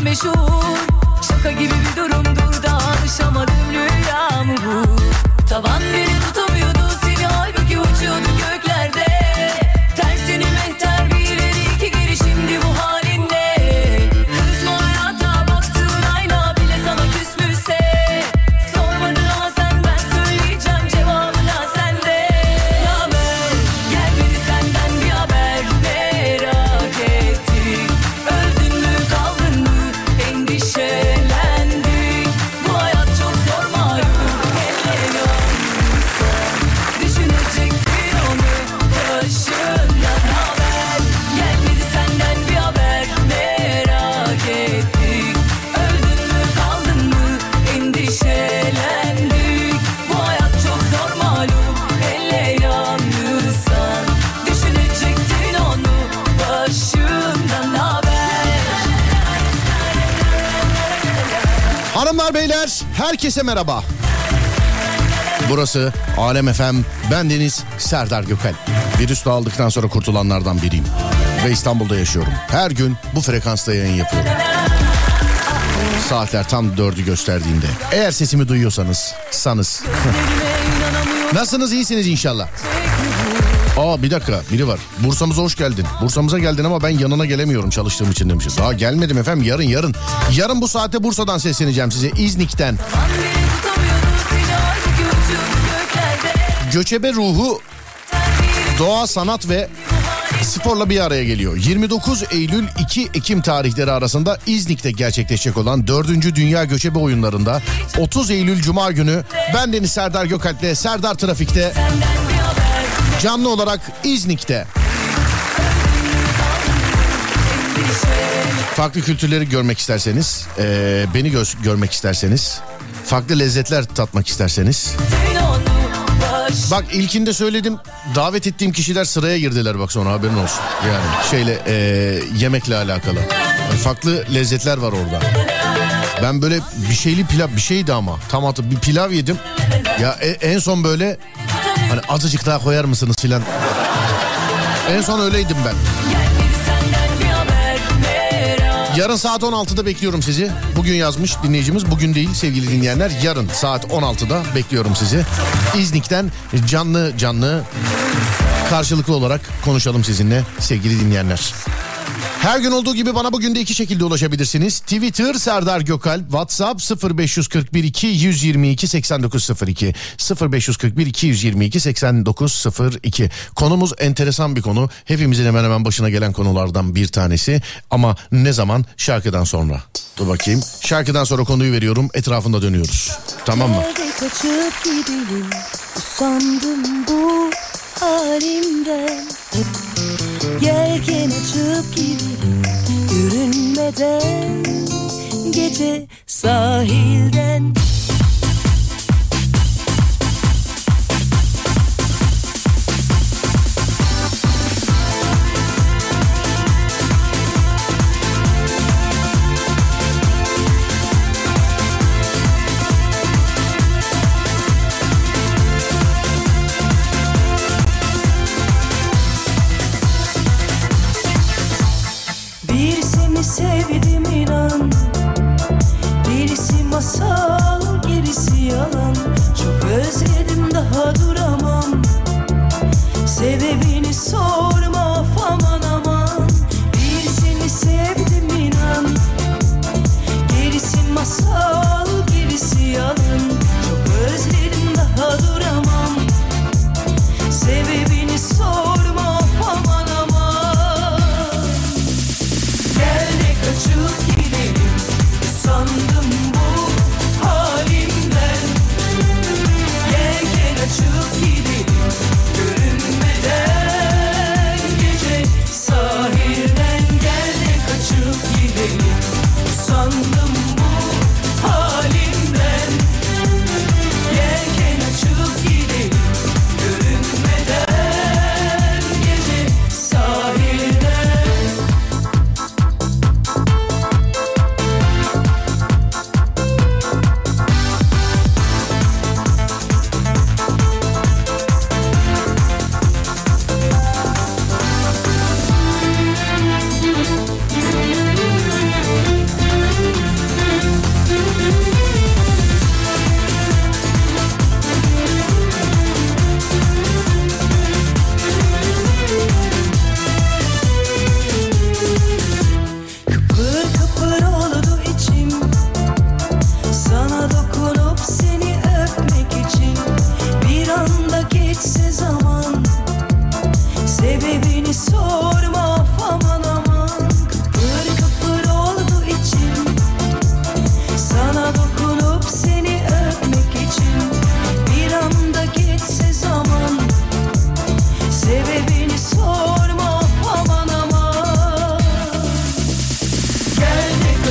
meşhur. Şaka gibi bir durumdur da alışamadım, rüya mı bu? Tavan beni tutamıyordu, seni halbuki uçuyordu göklerde. Tersini mehter bir ileri iki geri, şimdi bu halinle. Kızma hayata, baktığın ayna bile sana küsmüşse. Sormadın ama sen, ben söyleyeceğim cevabına sende. Naber, gelmedi senden bir haber, merak ettik. Öldün mü kaldın mı, endişelendik. Bu hayat çok zor malum, hele yolunsa. Düşünecektin onu başından haber. Gelmedi senden bir haber, merak ettik. Öldün mü kaldın mı, endişelendik. Bu hayat çok zor malum, hele yalnızsan. Düşünecektin onu başından haber. Hanımlar beyler, herkese merhaba. Burası Alem FM, ben Deniz Serdar Gökalp. Virüsle aldıktan sonra kurtulanlardan biriyim. Ve İstanbul'da yaşıyorum. Her gün bu frekansta yayın yapıyorum. Saatler tam 4'ü gösterdiğinde. Eğer sesimi duyuyorsanız, nasılsınız, iyisiniz inşallah. Aa bir dakika, biri var. Bursa'mıza hoş geldin. Bursa'mıza geldin ama ben yanına gelemiyorum çalıştığım için demişiz. Daha gelmedim efendim, yarın. Yarın bu saatte Bursa'dan sesleneceğim size, İznik'ten. Göçebe ruhu, doğa, sanat ve sporla bir araya geliyor. 29 Eylül 2 Ekim tarihleri arasında İznik'te gerçekleşecek olan 4. Dünya Göçebe Oyunları'nda 30 Eylül Cuma günü ben Deniz Serdar Gökalp'le Serdar Trafik'te canlı olarak İznik'te. Farklı kültürleri görmek isterseniz, beni görmek isterseniz, farklı lezzetler tatmak isterseniz. Bak ilkinde söyledim, davet ettiğim kişiler sıraya girdiler, bak sonra haberin olsun. Yani yemekle alakalı. Yani farklı lezzetler var orada. Ben böyle bir şeyli pilav, bir şeydi ama tam bir pilav yedim. Ya en son böyle hani azıcık daha koyar mısınız filan. En son öyleydim ben. Yarın saat 16'da bekliyorum sizi. Bugün yazmış dinleyicimiz. Bugün değil sevgili dinleyenler. Yarın saat 16'da bekliyorum sizi. İznik'ten canlı karşılıklı olarak konuşalım sizinle sevgili dinleyenler. Her gün olduğu gibi bana bugün de iki şekilde ulaşabilirsiniz. Twitter Serdar Gökalp, WhatsApp 0541 222 8902 0541 222 8902. Konumuz enteresan bir konu. Hepimizin hemen hemen başına gelen konulardan bir tanesi. Ama ne zaman? Şarkıdan sonra. Dur bakayım. Şarkıdan sonra konuyu veriyorum. Etrafında dönüyoruz. Tamam mı? Kaçıp gidelim. Usandım bu halimden. Yelken açıp gidelim görünmeden, gece sahilden. Sevdim inan, birisi masal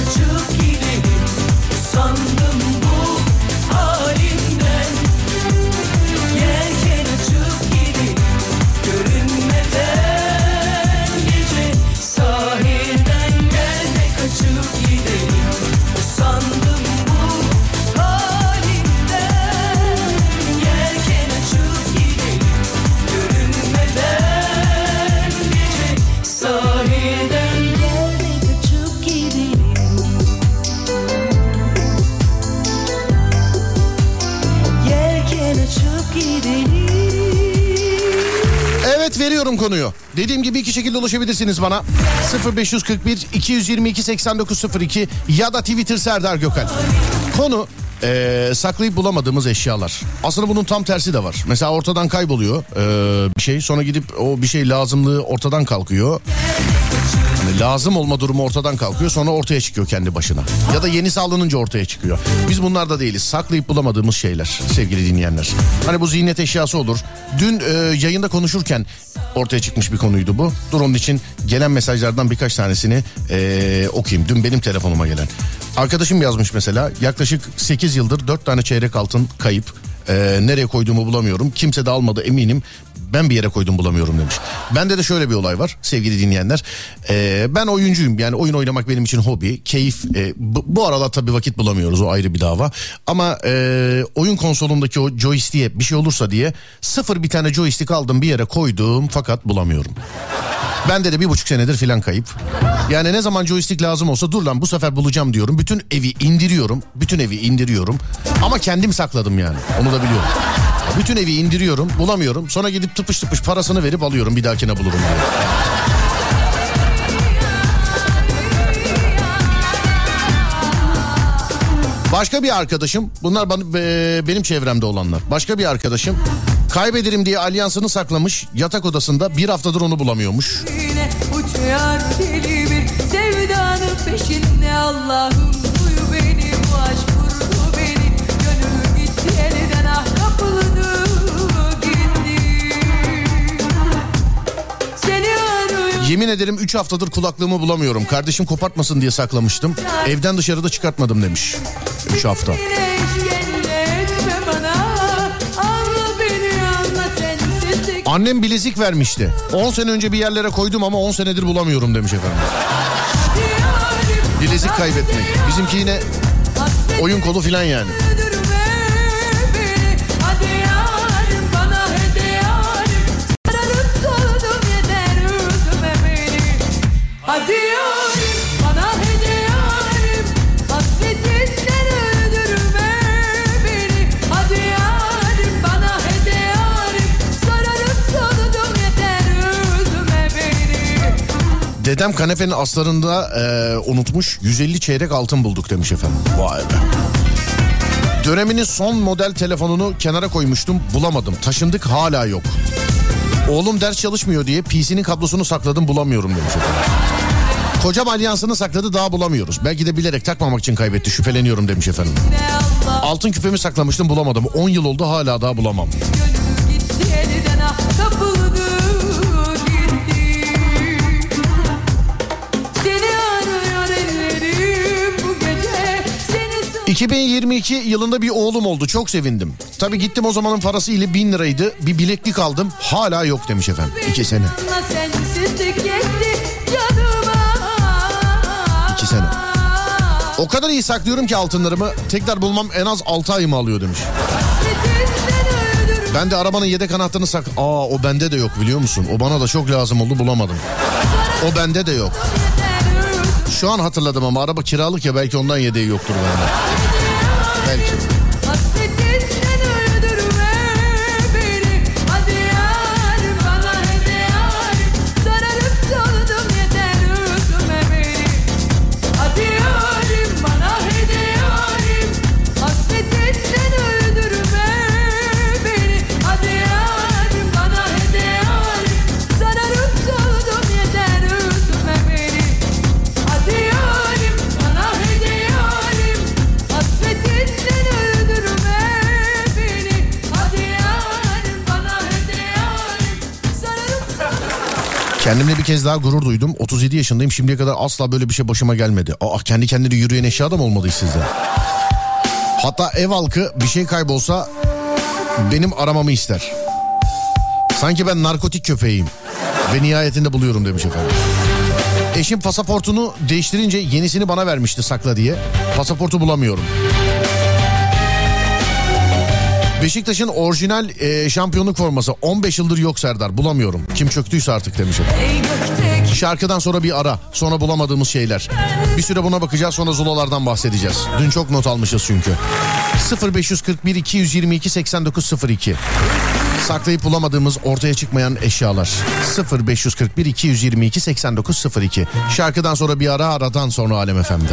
açıp gidelim. Usandım bu halimden. Yelken açıp gidelim. Görünmeden gece sahilden gel de kaçıp gidelim. Usandım bu halimden. Yelken açıp gidelim. Görünmeden gece sahilden gel de kaçıp gidelim. Yelken açıp gidelim. Evet, veriyorum konuyu. Dediğim gibi iki şekilde ulaşabilirsiniz bana. 0541 222 8902 ya da Twitter Serdar Gökal. Konu saklayıp bulamadığımız eşyalar. Aslında bunun tam tersi de var. Mesela ortadan kayboluyor bir şey. Sonra gidip o bir şey lazımlığı ortadan kalkıyor. Yani lazım olma durumu ortadan kalkıyor. Sonra ortaya çıkıyor kendi başına. Ya da yenisi alınınca ortaya çıkıyor. Biz bunlarda değiliz. Saklayıp bulamadığımız şeyler sevgili dinleyenler. Hani bu ziynet eşyası olur. Dün yayında konuşurken ortaya çıkmış bir konuydu bu. Dur onun için gelen mesajlardan birkaç tanesini okuyayım. Dün benim telefonuma gelen. Arkadaşım yazmış mesela. Yaklaşık 8 yıldır 4 tane çeyrek altın kayıp. Nereye koyduğumu bulamıyorum. Kimse de almadı eminim. Ben bir yere koydum bulamıyorum demiş. Bende de şöyle bir olay var sevgili dinleyenler. Ben oyuncuyum, yani oyun oynamak benim için hobi, keyif. Bu aralar tabii vakit bulamıyoruz, o ayrı bir dava. Ama oyun konsolundaki o joystick'e bir şey olursa diye sıfır bir tane joystick aldım, bir yere koydum fakat bulamıyorum. Bende de 1,5 senedir filan kayıp. Yani ne zaman joystick lazım olsa dur lan bu sefer bulacağım diyorum. Bütün evi indiriyorum. Ama kendim sakladım yani, onu da biliyorum. Bütün evi indiriyorum, bulamıyorum. Sonra gidip tıpış tıpış parasını verip alıyorum, bir dahakine bulurum diye. Başka bir arkadaşım, bunlar benim çevremde olanlar. Başka bir arkadaşım kaybederim diye alyansını saklamış yatak odasında, bir haftadır onu bulamıyormuş. Yine uçuyor deli bir sevdanın peşinde. Allah'ım duyu beni, bu aşk vurdu beni. Gönül gitti elden, ah kapıldı gitti. Seni arıyorum. Yemin ederim 3 haftadır kulaklığımı bulamıyorum. Kardeşim kopartmasın diye saklamıştım. Evden dışarıda çıkartmadım demiş. 3 hafta. Annem bilezik vermişti. 10 sene önce bir yerlere koydum ama 10 senedir bulamıyorum demiş efendim. Bilezik kaybetmek. Bizimki yine oyun kolu filan yani. Hadi yarim bana hediye yarim, hasretinden öldürme beni. Hadi yarim bana hediye yarim, sararıp soldum yeter üzme beni. Dedem kanepenin aslarında unutmuş, 150 çeyrek altın bulduk demiş efendim. Vay be. Döneminin son model telefonunu kenara koymuştum, bulamadım. Taşındık, hala yok. Oğlum ders çalışmıyor diye PC'nin kablosunu sakladım, bulamıyorum demiş efendim. Kocam alyansını sakladı, daha bulamıyoruz. Belki de bilerek takmamak için kaybetti, şüpheleniyorum demiş efendim. Altın küpemi saklamıştım, bulamadım. 10 yıl oldu, hala daha bulamam. Gönül gitti elden, ah kapıldı gitti. Seni arıyor ellerim bu gece. 2022 yılında bir oğlum oldu, çok sevindim. Tabii gittim, o zamanın parası ile 1000 liraydı. Bir bileklik aldım, hala yok demiş efendim. 2 sene. 2 sene. O kadar iyi saklıyorum ki altınlarımı, tekrar bulmam en az 6 ayımı alıyor demiş. Ben de arabanın yedek anahtarını o bende de yok biliyor musun? O bana da çok lazım oldu, bulamadım. O bende de yok. Şu an hatırladım ama araba kiralık ya, belki ondan yedeği yoktur bende. Belki. Kendimle bir kez daha gurur duydum. 37 yaşındayım, şimdiye kadar asla böyle bir şey başıma gelmedi. Kendi kendine yürüyen eşya da mı olmadı sizde? Hatta ev halkı bir şey kaybolsa benim aramamı ister. Sanki ben narkotik köpeğiyim ve nihayetinde buluyorum demiş efendim. Eşim pasaportunu değiştirince yenisini bana vermişti sakla diye. Pasaportu bulamıyorum. Beşiktaş'ın orijinal şampiyonluk forması 15 yıldır yok Serdar, bulamıyorum. Kim çöktüyse artık demişim. Şarkıdan sonra bir ara, sonra bulamadığımız şeyler. Bir süre buna bakacağız, sonra Zulalardan bahsedeceğiz. Dün çok not almışız çünkü. 0541 222 8902. Saklayıp bulamadığımız, ortaya çıkmayan eşyalar. 0541 222 8902. Şarkıdan sonra bir ara, aradan sonra Alem FM'de.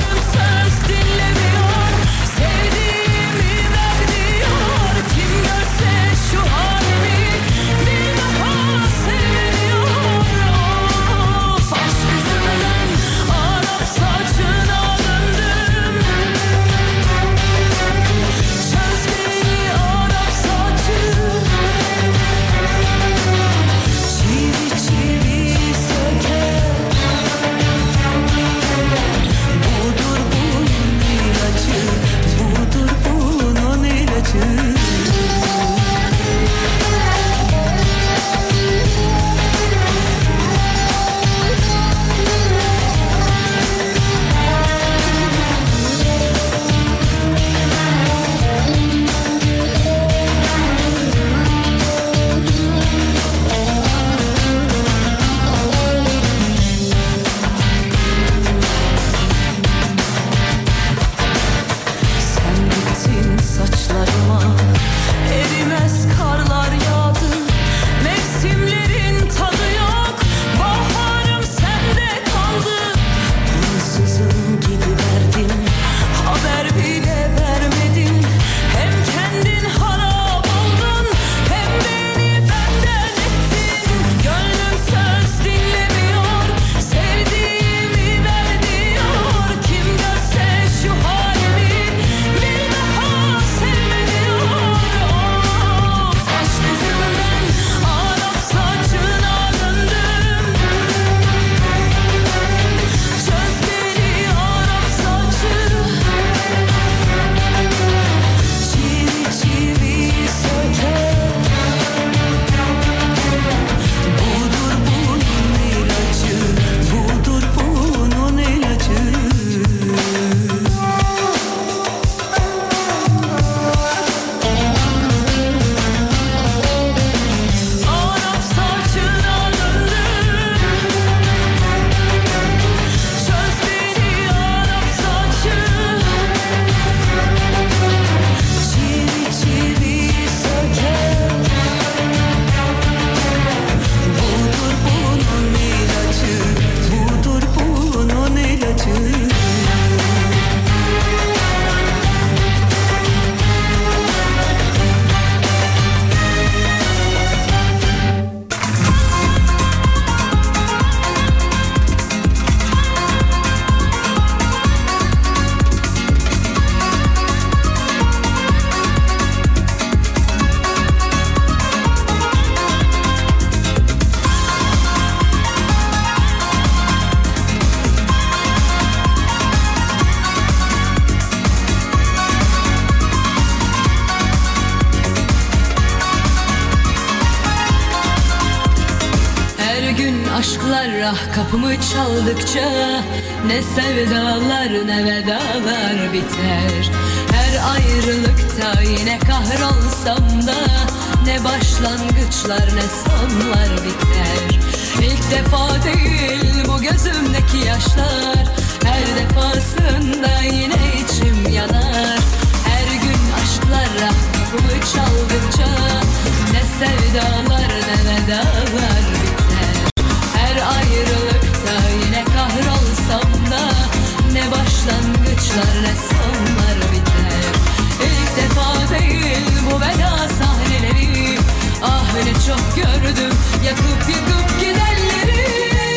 Kapımı çaldıkça ne sevdalar ne vedalar biter. Her ayrılıkta yine kahrolsam da ne başlangıçlar ne sonlar biter. İlk defa değil bu gözümdeki yaşlar, her defasında yine içim yanar. Her gün aşklara kapımı çaldıkça ne sevdalar ne vedalar biter. Her ayrılıkta yine kahrolsam da ne başlangıçlar ne sonlar biter. İlk defa değil bu veda sahneleri, ah ne çok gördüm yakıp yıkıp gidenleri.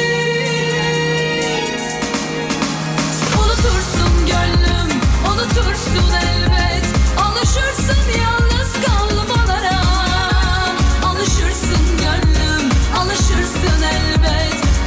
Unutursun gönlüm, unutursun elbet, alışırsın yalnız kalmalara. Alışırsın gönlüm, alışırsın elbet,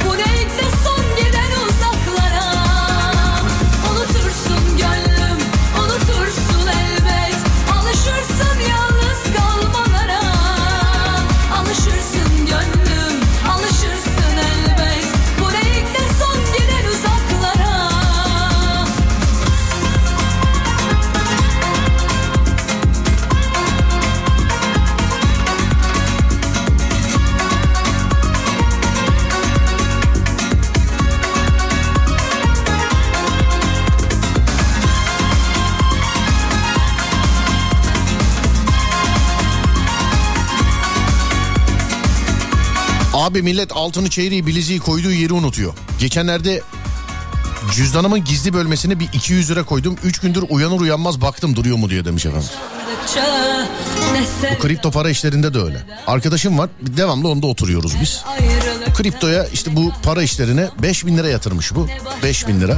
Abi millet altını, çeyreği, bileziği koyduğu yeri unutuyor. Geçenlerde cüzdanımın gizli bölmesine bir 200 lira koydum. 3 gündür uyanır uyanmaz baktım duruyor mu diye demiş efendim. Bu kripto para işlerinde de öyle. Arkadaşım var, devamlı onda oturuyoruz biz. Kriptoya işte bu para işlerine 5.000 lira yatırmış bu. 5.000 lira.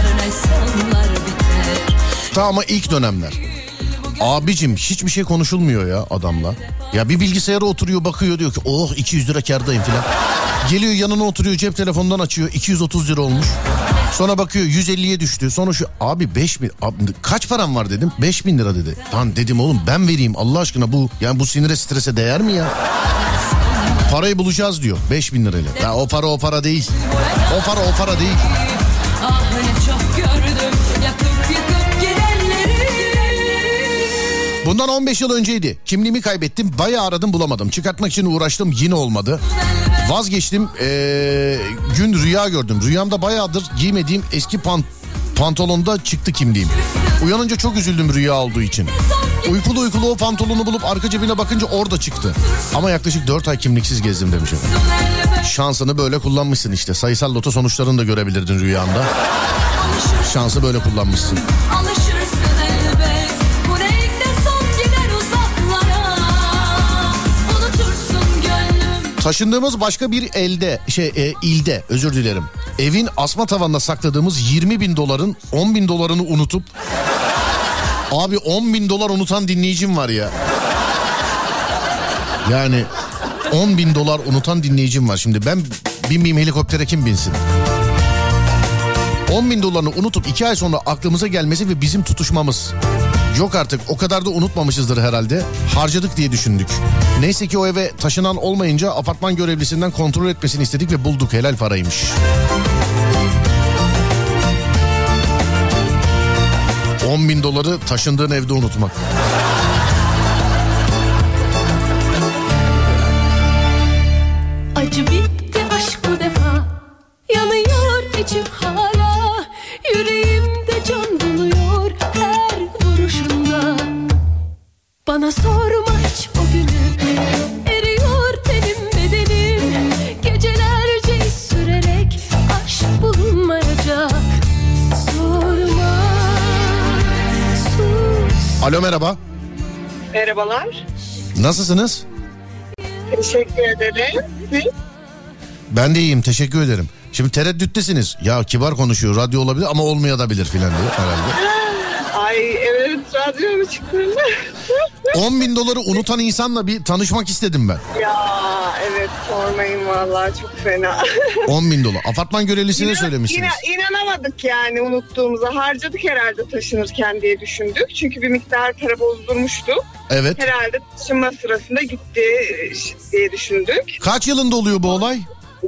Ta ama ilk dönemler. Abicim hiçbir şey konuşulmuyor ya adamla. Ya bir bilgisayara oturuyor, bakıyor, diyor ki oh 200 lira kârdayım filan. Geliyor yanına oturuyor, cep telefonundan açıyor, 230 lira olmuş. Sonra bakıyor 150'ye düştü. Sonra şu abi 5.000, kaç param var dedim. 5.000 lira dedi. Lan dedim oğlum ben vereyim Allah aşkına, bu yani bu sinire strese değer mi ya? Parayı bulacağız diyor 5.000 lirayla. Ya o para değil. O para değil. Ah ne çok gördüm yakıp yıkıp gidenleri. Bundan 15 yıl önceydi. Kimliğimi kaybettim. Bayağı aradım bulamadım. Çıkartmak için uğraştım yine olmadı. Vazgeçtim. Gün rüya gördüm. Rüyamda bayağıdır giymediğim eski pantolonda çıktı kimliğim. Uyanınca çok üzüldüm rüya olduğu için. Uykulu o pantolonu bulup arka cebine bakınca orada çıktı. Ama yaklaşık 4 ay kimliksiz gezdim demiş efendim. Şansını böyle kullanmışsın işte. Sayısal loto sonuçlarını da görebilirdin rüyanda. Şansı böyle kullanmışsın. Taşındığımız başka bir ilde özür dilerim. Evin asma tavanına sakladığımız 20.000 doların 10.000 dolarını unutup abi 10.000 dolar unutan dinleyicim var ya. Yani 10.000 dolar unutan dinleyicim var. Şimdi ben binmeyeyim helikoptere kim binsin? 10.000 dolarını unutup 2 ay sonra aklımıza gelmesi ve bizim tutuşmamız. Yok artık o kadar da unutmamışızdır herhalde. Harcadık diye düşündük. Neyse ki o eve taşınan olmayınca apartman görevlisinden kontrol etmesini istedik ve bulduk, helal paraymış. 10.000 doları taşındığın evde unutmak. Acı bitti aşk bu defa. Yanıyor içim hala. Yüreğimde can buluyor her vuruşunda. Bana sorma hiç o günü. Eriyor tenim bedenim. Gecelerce sürerek aşk bulunmayacak. Sorma. Sus. Alo merhaba. Merhabalar. Nasılsınız? Teşekkür ederim. Siz? Ben de iyiyim, teşekkür ederim. Şimdi tereddüttesiniz. Ya kibar konuşuyor, radyo olabilir ama olmayabilir filan diye herhalde. Ay evet, radyo mu çıktın? 10.000 doları unutan insanla bir tanışmak istedim ben. Ya evet, sormayın vallahi, çok fena. 10.000 dolar. Apartman görevlisine söylemişsiniz. İnanamadık yani unuttuğumuza. Harcadık herhalde taşınırken diye düşündük. Çünkü bir miktar para bozdurmuştuk. Evet. Herhalde taşınma sırasında gitti diye düşündük. Kaç yılında oluyor bu olay?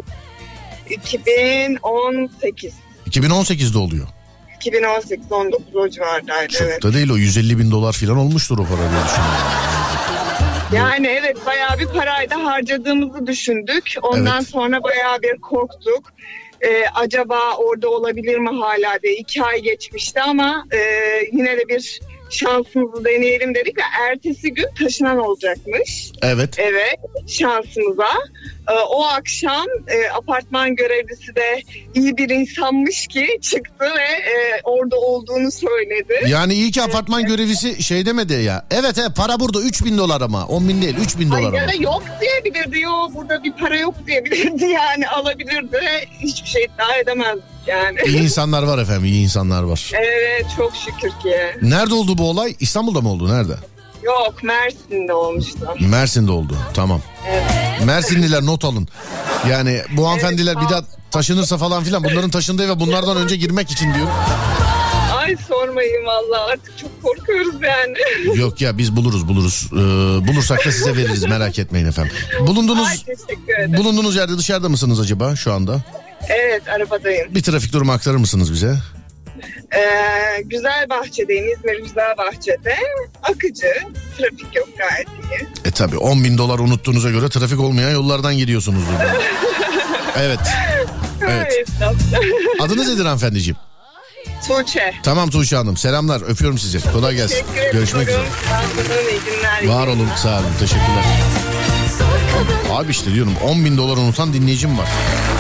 2018. 2018'de oluyor. 2018-19 o civardaydı. Çok evet. da değil, o 150.000 dolar falan olmuştur o para diye düşünüyorum. Yani evet, bayağı bir parayla harcadığımızı düşündük. Ondan Evet. sonra bayağı bir korktuk. Acaba orada olabilir mi hala diye. 2 ay geçmişti ama yine de bir şansımızı deneyelim dedik ve ertesi gün taşınan olacakmış. Evet. Evet, şansımıza. O akşam apartman görevlisi de iyi bir insanmış ki çıktı ve orada olduğunu söyledi. Yani iyi ki apartman görevlisi şey demedi ya. Evet para burada 3.000 dolar ama 10.000 değil 3.000 dolar Ya ama. da yok diyebilirdi, yok burada bir para yok diyebilirdi, yani alabilirdi, hiçbir şey iddia edemezdik yani. İyi insanlar var efendim, iyi insanlar var. Evet, çok şükür ki. Nerede oldu bu olay? İstanbul'da mı oldu? Nerede? Yok, Mersin'de olmuştu. Mersin'de oldu. Tamam. Evet. Mersinliler not alın. Yani bu hanımefendiler bir daha taşınırsa falan filan, bunların taşındığı eve bunlardan önce girmek için diyor. Ay sormayın vallahi, artık çok korkuyoruz yani. Yok ya, biz buluruz. Bulursak da size veririz, merak etmeyin efendim. Ay, teşekkür ederim. Bulunduğunuz yerde dışarıda mısınız acaba şu anda? Evet, arabadayım. Bir trafik durumu aktarır mısınız bize? Güzelbahçe'deyim, İzmir Güzelbahçe'de. Akıcı, trafik yok, gayet iyi. Tabii 10.000 dolar unuttuğunuza göre trafik olmayan yollardan gidiyorsunuzdur. Evet. Evet. Adınız nedir hanımefendiciğim? Tuğçe. Tamam Tuğçe Hanım, selamlar, öpüyorum sizi. Kolay gelsin. Teşekkür ederim. Görüşmek üzere. Sağ olun, iyi günler. Var olun, sağ olun, teşekkürler. Abi işte diyorum 10.000 dolar unutan dinleyicim var.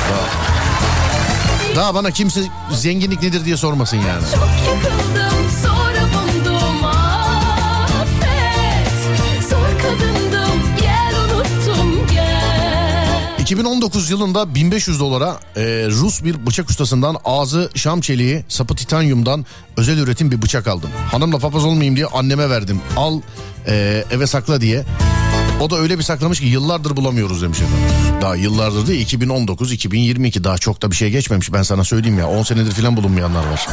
Daha bana kimse zenginlik nedir diye sormasın yani. Çok yıkıldım sonra buldum affet. Zor kadındım gel unuttum gel. 2019 yılında 1500 dolara Rus bir bıçak ustasından ağzı şam çeliği, sapı titanyumdan özel üretim bir bıçak aldım. Hanımla papaz olmayayım diye anneme verdim. Al eve sakla diye. O da öyle bir saklamış ki yıllardır bulamıyoruz demiş efendim. Daha yıllardır değil, 2019, 2022, daha çok da bir şey geçmemiş, ben sana söyleyeyim ya. 10 senedir falan bulunmayanlar var.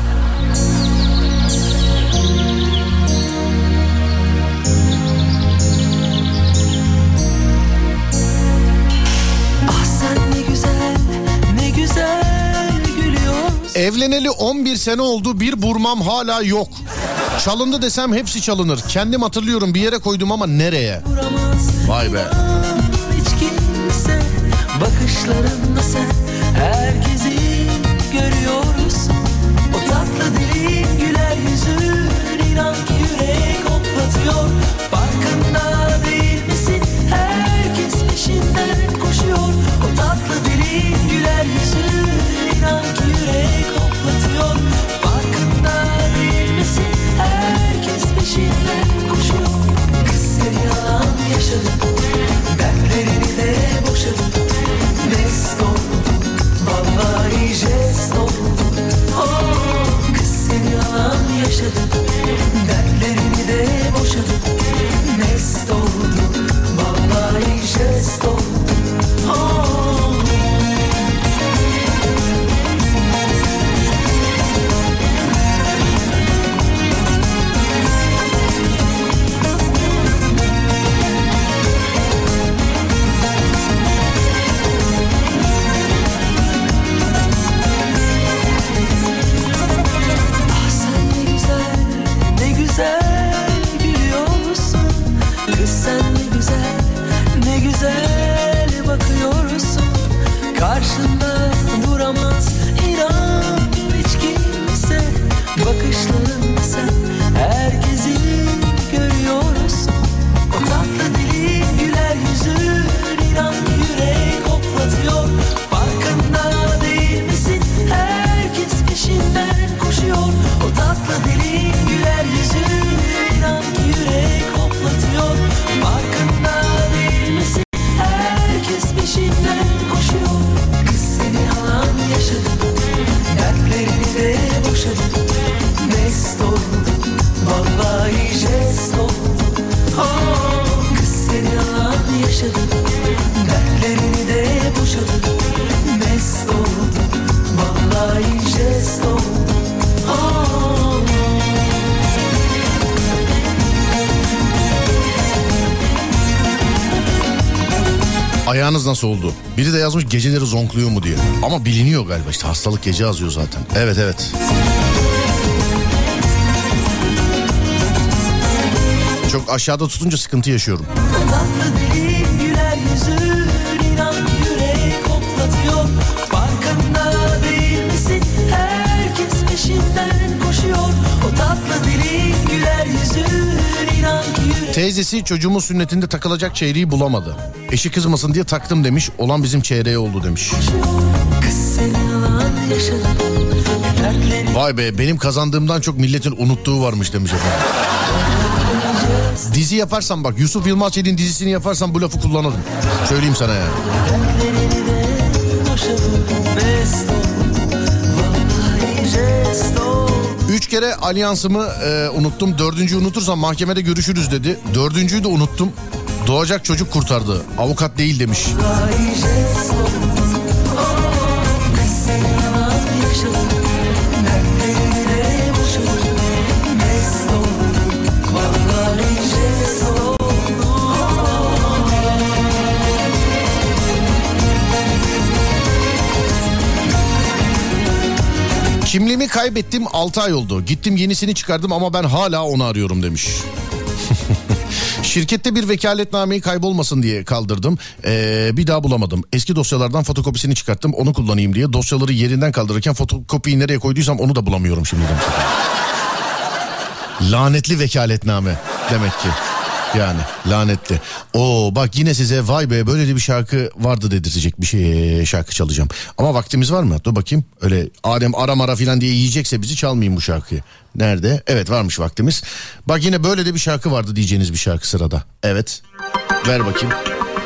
Ah sen ne güzel, ne güzel gülüyorsun. Evleneli 11 sene oldu, bir burmam hala yok. Çalındı desem hepsi çalınır. Kendim hatırlıyorum, bir yere koydum ama nereye? Vay be. Hiç kimse bakışlarında sen herkesi görüyorsun. O tatlı dilin, güler yüzün, inan ki yürek hoplatıyor. Farkında değil misin? Herkes peşinden koşuyor. O tatlı dilin, güler yüzün, inan ki yürek hoplatıyor. Farkında değil misin? Herkes peşinden koşuyor. Kız seni yalan yaşadı, dertlerini de boşadı. Mest oldum, vallahi jest oldum. Oh, kız seni yalan yaşadı, dertlerini de boşadı. Mest oldum, vallahi jest oldum. Oh. Karşında duramaz inan hiç kimse. Bakışlarında sen herkesi görüyorsun. O tatlı dilin, güler yüzün, inan ki yürek hoplatıyor. Farkında değil misin? Herkes peşinden koşuyor. O tatlı dilin, güler yüzün, inan ki yürek hoplatıyor. Farkında değil misin? Herkes peşinden koşuyor. Yaşadım, dertlerini de boşadım. Mest oldum, vallahi jest oldum. Oh, kız seni yalan yaşadım, dertlerini de boşadım. Mest oldum, vallahi jest oldum. Oh. Ayağınız nasıl oldu? Biri de yazmış geceleri zonkluyor mu diye. Ama biliniyor galiba, işte hastalık gece yazıyor zaten. Evet evet. Çok aşağıda tutunca sıkıntı yaşıyorum. Tatlı dilin, güler yüzün, inan ki yürek hoplatıyor. Farkında değil misin? Herkes peşinden koşuyor. O tatlı dilin, güler yüzün, inan ki yürek. Teyzesi çocuğumun sünnetinde takılacak çeyreği bulamadı. Eşi kızmasın diye taktım demiş. Olan bizim çeyreğe oldu demiş. Vay be, benim kazandığımdan çok milletin unuttuğu varmış demiş efendim. Dizi yaparsam bak, Yusuf Yılmaz Çelik'in dizisini yaparsam bu lafı kullanırım. Söyleyeyim sana ya. 3 kere alyansımı unuttum. 4. unutursam mahkemede görüşürüz dedi. 4.'yü de unuttum. Doğacak çocuk kurtardı. Avukat değil demiş. Kimliğimi kaybettim, 6 ay oldu. Gittim yenisini çıkardım ama ben hala onu arıyorum demiş. Şirkette bir vekaletnameyi kaybolmasın diye kaldırdım. Bir daha bulamadım. Eski dosyalardan fotokopisini çıkarttım, onu kullanayım diye. Dosyaları yerinden kaldırırken fotokopiyi nereye koyduysam onu da bulamıyorum şimdi demiş. Lanetli vekaletname demek ki. yani lanetli. Oo bak yine size vay be böyle de bir şarkı vardı dedirtecek bir şey şarkı çalacağım. Ama vaktimiz var mı? Dur bakayım. Öyle Adem ara filan diye yiyecekse bizi çalmayayım bu şarkıyı. Nerede? Evet varmış vaktimiz. Bak yine böyle de bir şarkı vardı diyeceğiniz bir şarkı sırada. Evet. Ver bakayım.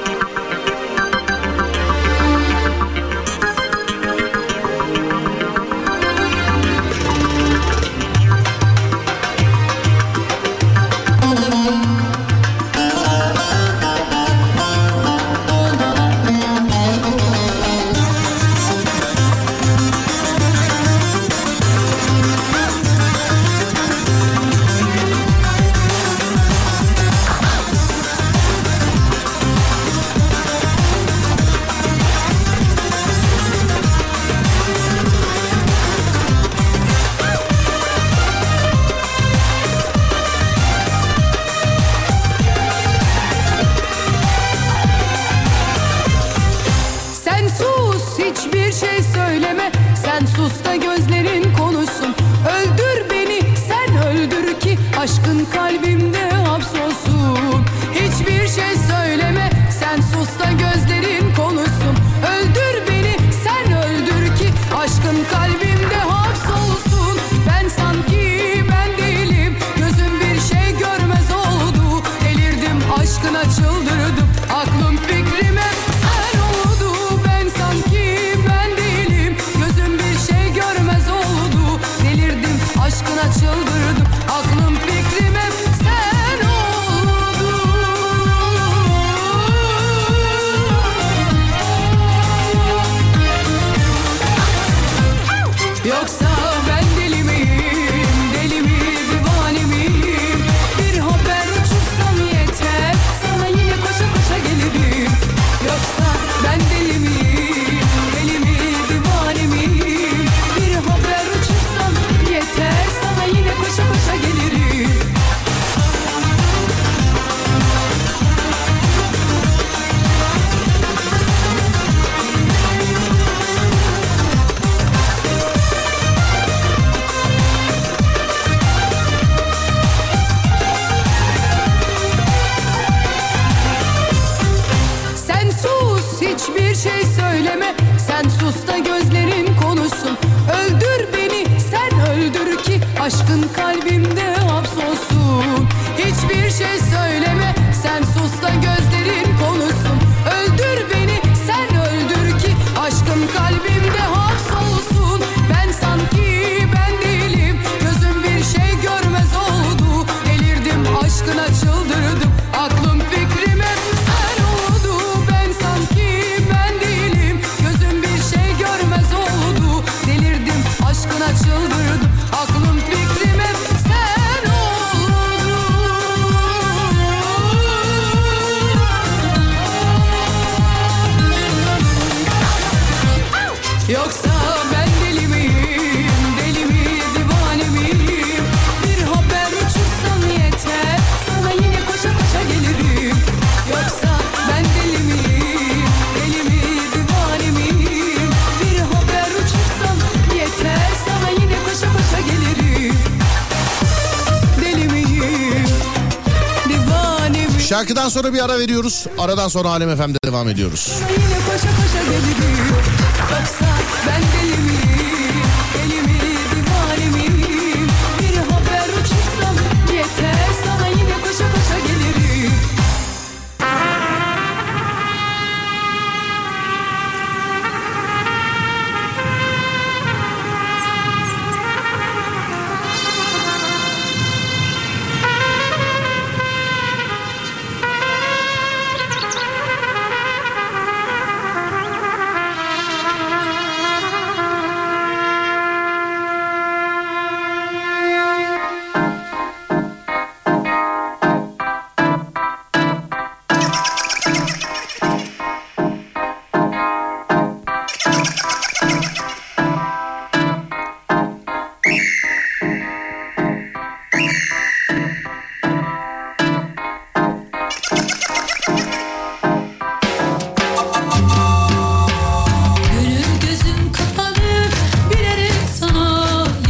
Şarkıdan sonra bir ara veriyoruz. Aradan sonra Alem FM'de devam ediyoruz. Yine koşa koşa gelirim. Yoksa ben deli miyim? Deli mi, divane miyim? Bir haber uçursam yeter. Sana yine koşa koşa gelirim.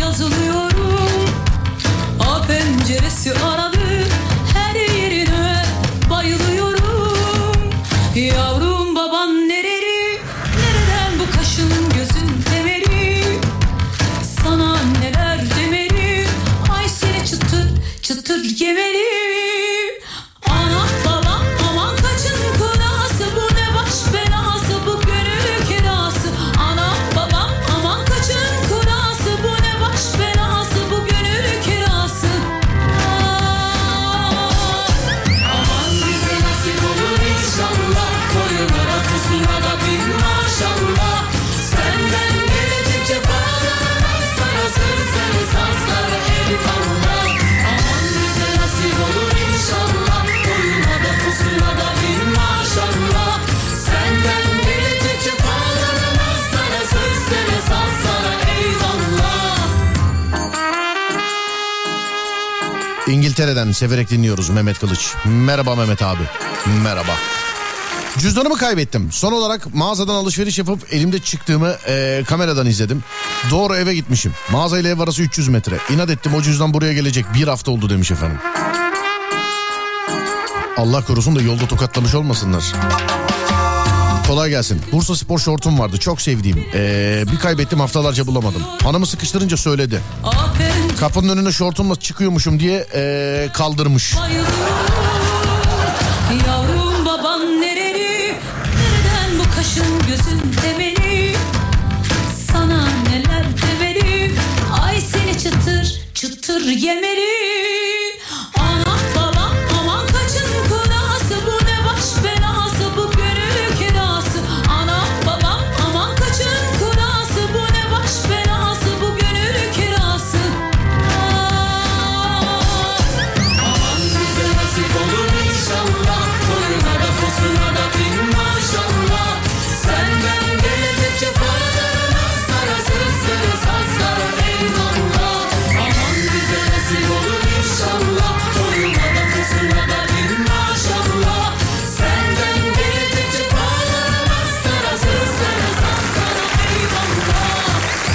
Penceresi aradı her yerine. çıtır yemeli. Ana babam aman kaçın kurası, bu ne baş belası, bu gönül kirası. Ana babam aman kaçın kurası, bu ne baş belası, bu gönül kirası. Aman bize nasip olur inşallah, koyuna da kusuna da bin maşallah. Senden gelecek cefalar, sana sözleri sazları eyvallah. Aman bize nasip olur inşallah, koyuna da kusuna da bin maşallah. Senden gelecek cefalar, sana sözleri sazları eyvallah. İngiltere'den severek dinliyoruz Mehmet Kılıç. Merhaba Mehmet abi. Merhaba. Cüzdanımı kaybettim. Son olarak mağazadan alışveriş yapıp elimde çıktığımı kameradan izledim. Doğru eve gitmişim. Mağaza ile ev arası 300 metre. İnat ettim, o cüzdan buraya gelecek. Bir hafta oldu demiş efendim. Allah korusun da yolda tokatlamış olmasınlar. Kolay gelsin. Bursa Spor şortum vardı. Çok sevdiğim. Bir kaybettim, haftalarca bulamadım. Hanımı sıkıştırınca söyledi. Kapının önüne şortumla çıkıyormuşum diye kaldırmış. Yavrum baban nereli? Nereden bu kaşın gözün temeli? Sana neler demeli? Ay seni çıtır çıtır yemeli. Ana babam aman kaçın kurası, bu ne baş belası, bu gönül kirası. Ana babam aman kaçın kurası, bu ne baş belası, bu gönül kirası. Aman bize nasip olur inşallah, koyuna da kusuna da bin maşallah. Senden gelecek cefalar, sana sözleri sazları eyvallah. Aman bize nasip olur inşallah, koyuna da kusuna da bin maşallah. Senden gelecek cefalar, sana sözleri sazları eyvallah.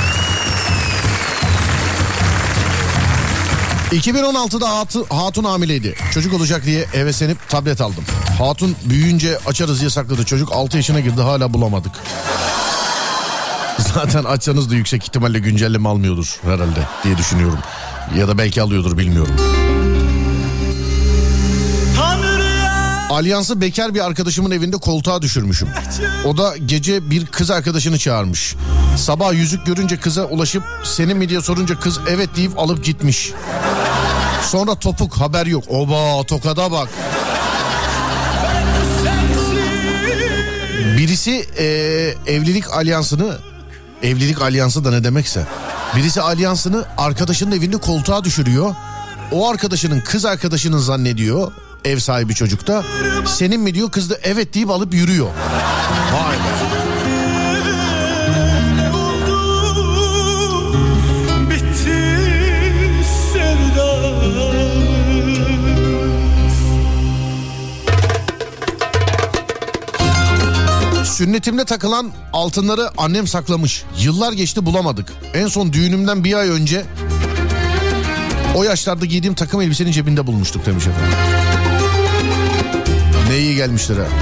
2016'da hatun hamileydi. Çocuk olacak diye heveslenip tablet aldım. Hatun büyüyünce açarız diye sakladı. Çocuk 6 yaşına girdi, hala bulamadık. Zaten açsanız da yüksek ihtimalle güncelleme almıyordur herhalde diye düşünüyorum. Ya da belki alıyordur, bilmiyorum. Alyansı bekar bir arkadaşımın evinde koltuğa düşürmüşüm. O da gece bir kız arkadaşını çağırmış. Sabah yüzük görünce kıza ulaşıp senin mi diye sorunca kız evet deyip alıp gitmiş. Sonra topuk, haber yok. Oba, tokada bak. Birisi evlilik alyansı da ne demekse. Birisi alyansını arkadaşının evinde koltuğa düşürüyor. O arkadaşının kız arkadaşının zannediyor. Ev sahibi çocuk da senin mi diyor, kız da evet deyip alıp yürüyor. Vay be. Sünnetimde takılan altınları annem saklamış. Yıllar geçti, bulamadık. En son düğünümden bir ay önce o yaşlarda giydiğim takım elbisenin cebinde bulmuştuk demiş efendim. Ne iyi gelmiştir ha.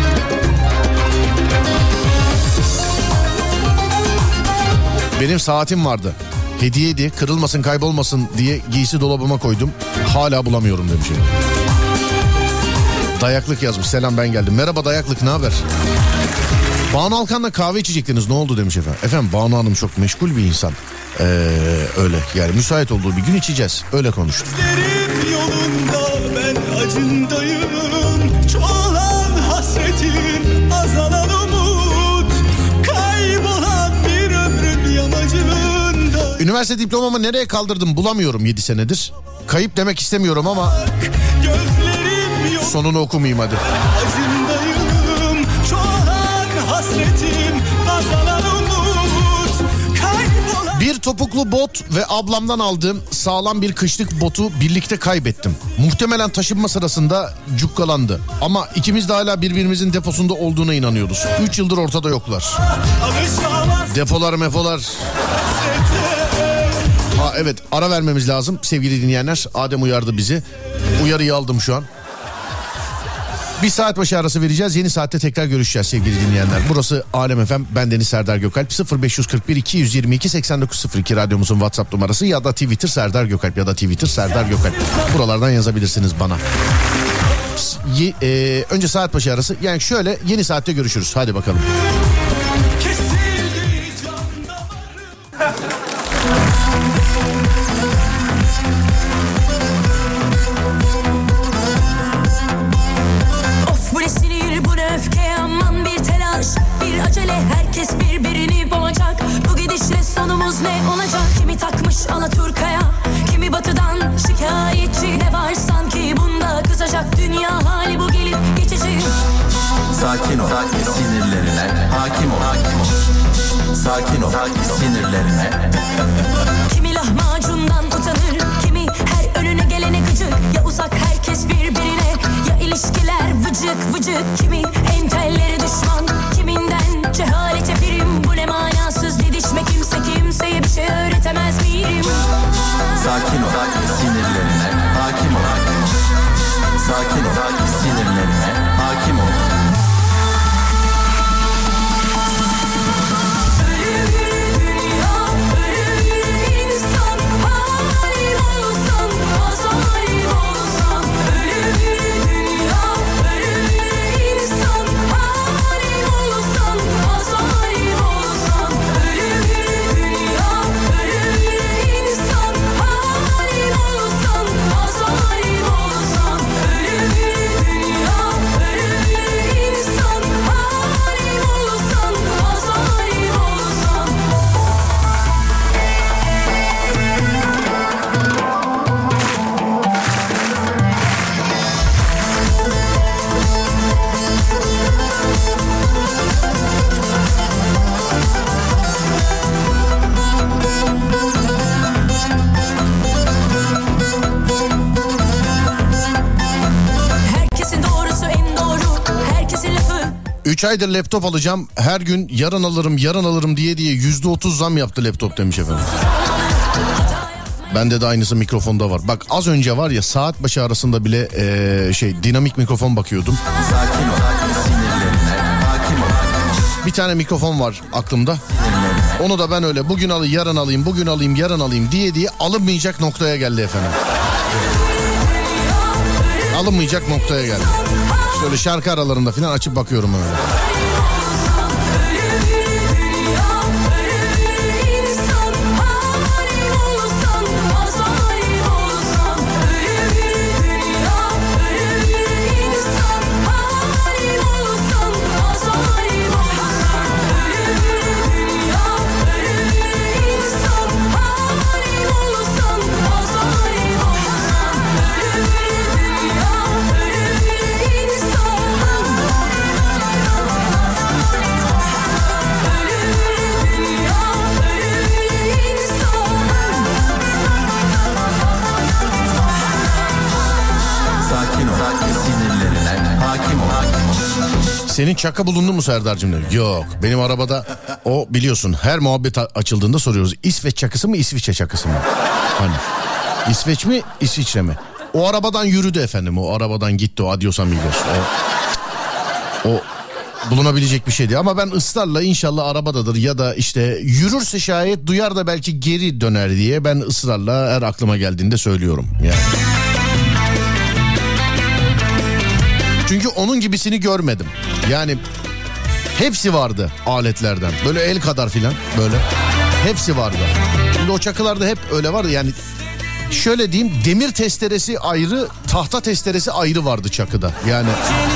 Benim saatim vardı. Hediyeydi, kırılmasın kaybolmasın diye giysi dolabıma koydum. Hala bulamıyorum demiş efendim. Dayaklık yazmış. Selam, ben geldim. Merhaba Dayaklık, ne haber? Banu Alkan'la kahve içecektiniz, ne oldu demiş efendim. Efendim Banu Hanım çok meşgul bir insan. Öyle yani, müsait olduğu bir gün içeceğiz. Öyle konuştuk. Yolunda ben acındayım. Çoğalan hasretin, azalan umut, kaybolan bir ömrüm yamacında. Üniversite diplomamı nereye kaldırdım bulamıyorum 7 senedir. Kayıp demek istemiyorum ama sonunu okumayayım hadi. Acındayım, çoğalan hasretim, azalan umut, kaybolan. Bir topuklu bot ve ablamdan aldığım sağlam bir kışlık botu birlikte kaybettim. Muhtemelen taşınma sırasında cukkalandı. Ama ikimiz de hala birbirimizin deposunda olduğuna inanıyoruz. 3 yıldır ortada yoklar. Depolar mefolar. Ha evet, ara vermemiz lazım sevgili dinleyenler. Adem uyardı bizi. Uyarıyı aldım şu an. Bir saat başı arası vereceğiz. Yeni saatte tekrar görüşeceğiz sevgili dinleyenler. Burası Alem FM. Bendeniz Serdar Gökalp. 0541 222 8902 radyomuzun WhatsApp numarası ya da Twitter Serdar Gökalp ya da Twitter Serdar Gökalp. Buralardan yazabilirsiniz bana. Önce saat başı arası. Yani şöyle yeni saatte görüşürüz. Hadi bakalım. Herkes birbirini boğacak. Bu gidişle sonumuz ne olacak? Kimi takmış Alaturka'ya, kimi batıdan şikayetçi. Ne var sanki bunda kızacak? Dünya hali bu, gelip geçici. Sakin ol, sinirlerine hakim ol. Sakin ol, sinirlerine. Kimi lahmacundan utanır, kimi her önüne gelene gıcık. Ya uzak herkes birbirine, ya ilişkiler vıcık vıcık. Kimi entelleri düşman, kiminden cehalete prim. Bu ne manasız didişme, kimse kimseye bir şey öğretemez miyim? Sakin ol, sinirlerine hakim ol. Sakin ol, sinirlerine hakim ol. Üç aydır laptop alacağım. Her gün yarın alırım diye %30 zam yaptı laptop demiş efendim. Bende de aynısı mikrofonda var. Bak az önce var ya saat başı arasında bile dinamik mikrofon bakıyordum. Sakin ol, sinirlerine hakim ol. Bir tane mikrofon var aklımda. Onu da ben öyle bugün alayım yarın alayım, bugün alayım yarın alayım diye alınmayacak noktaya geldi efendim. Alınmayacak noktaya geldi. Şöyle şarkı aralarında falan açıp bakıyorum öyle. Senin çaka bulundu mu Serdar'cığım diyor. Yok benim arabada o biliyorsun her muhabbet açıldığında soruyoruz. İsveç çakısı mı İsviçre çakısı mı? Hani İsveç mi İsviçre mi? O arabadan yürüdü efendim, o arabadan gitti, o adios amigos. O bulunabilecek bir şeydi ama ben ısrarla inşallah arabadadır ya da işte yürürse şayet duyar da belki geri döner diye ben ısrarla her aklıma geldiğinde söylüyorum yani. Çünkü onun gibisini görmedim. Yani hepsi vardı aletlerden. Böyle el kadar filan böyle. Hepsi vardı. Şimdi o çakılarda hep öyle vardı. Yani şöyle diyeyim, demir testeresi ayrı, tahta testeresi ayrı vardı çakıda. Yani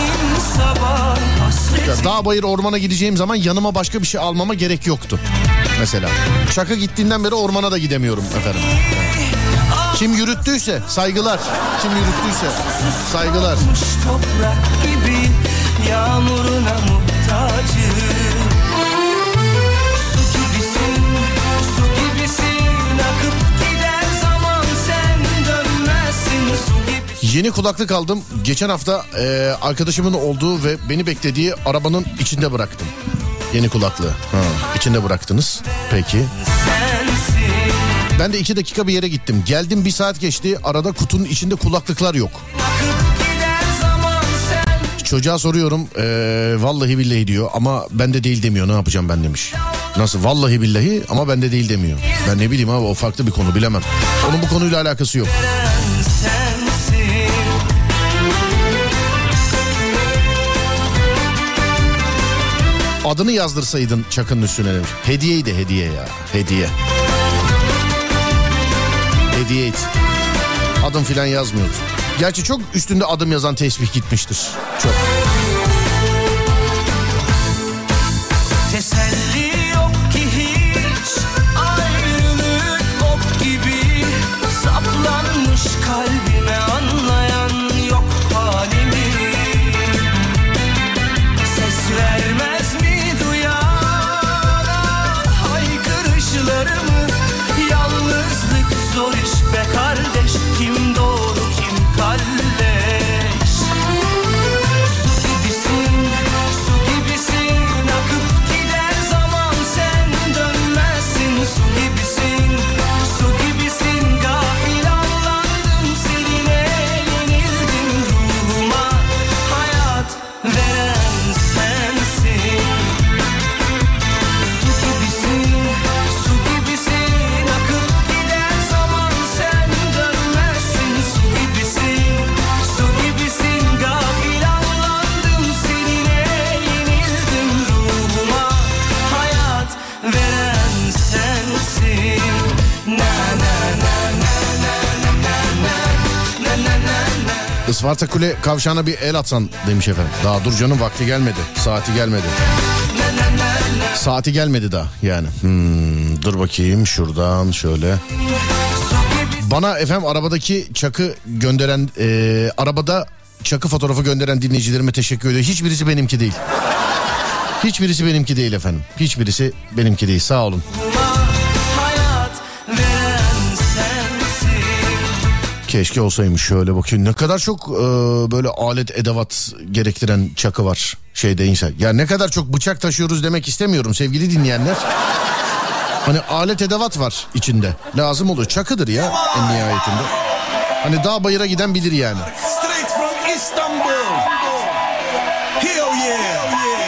dağ bayır ormana gideceğim zaman yanıma başka bir şey almama gerek yoktu. Mesela çakı gittiğinden beri ormana da gidemiyorum efendim. Kim yürüttüyse saygılar. Kim yürüttüyse saygılar. Toprak gibi yağmuruna muhtacım. Su gibisin, su gibisin. Akıp gider zaman sen dönmezsin. Su gibisin. Yeni kulaklık aldım. Geçen hafta arkadaşımın olduğu ve beni beklediği arabanın içinde bıraktım. Yeni kulaklığı. İçinde bıraktınız. Peki. Ben de 2 dakika bir yere gittim. Geldim 1 saat geçti. Arada kutunun içinde kulaklıklar yok. Çocuğa soruyorum vallahi billahi diyor ama bende değil demiyor, ne yapacağım ben demiş. Nasıl vallahi billahi ama bende değil demiyor. Ben ne bileyim abi, o farklı bir konu, bilemem. Onun bu konuyla alakası yok. Adını yazdırsaydın çakının üstüne demiş. Hediyeydi, hediye ya. Hediye. Hediyeydi. Adım filan yazmıyordu. Gerçi çok üstünde adım yazan tesbih gitmiştir. Çok. Teselli yok ki hiç, ayrılık ok gibi saplanmış kalbime, anlayan yok halimi. Ses vermez mi duyana haykırışlarımı? Yalnızlık zor iş be kardeş, kim doğru kim kalleş. Su gibisin, su gibisin, akıp gider zaman sen dönmezsin. Su gibisin, su gibisin, gafil aldandım seninle, yenildim ruhuma, hayat veren sensin. Su gibisin, su gibisin, akıp gider zaman sen dönmezsin. Su gibisin, su gibisin, gafil aldandım seninle, yenildim ruhuma, hayat veren sensin. Na na na na na na na na na na na. Isparta Kule kavşağına bir el atsan demiş efendim. Daha dur canım, vakti gelmedi. Saati gelmedi. Saati gelmedi daha yani. Dur bakayım şuradan şöyle. Bana efendim arabadaki çakı gönderen, arabada çakı fotoğrafı gönderen dinleyicilerime teşekkür ediyorum. Hiçbirisi benimki değil. Hiçbirisi benimki değil efendim. Hiçbirisi benimki değil, sağ olun. Hayat veren sensin. Keşke olsaymış, şöyle bakayım. Ne kadar çok böyle alet edevat gerektiren çakı var şeyde insan. Ya ne kadar çok bıçak taşıyoruz demek istemiyorum sevgili dinleyenler. Hani alet edevat var içinde. Lazım oluyor. Çakıdır ya en nihayetinde. Hani dağ bayıra giden bilir yani. Straight from Istanbul. Hell yeah.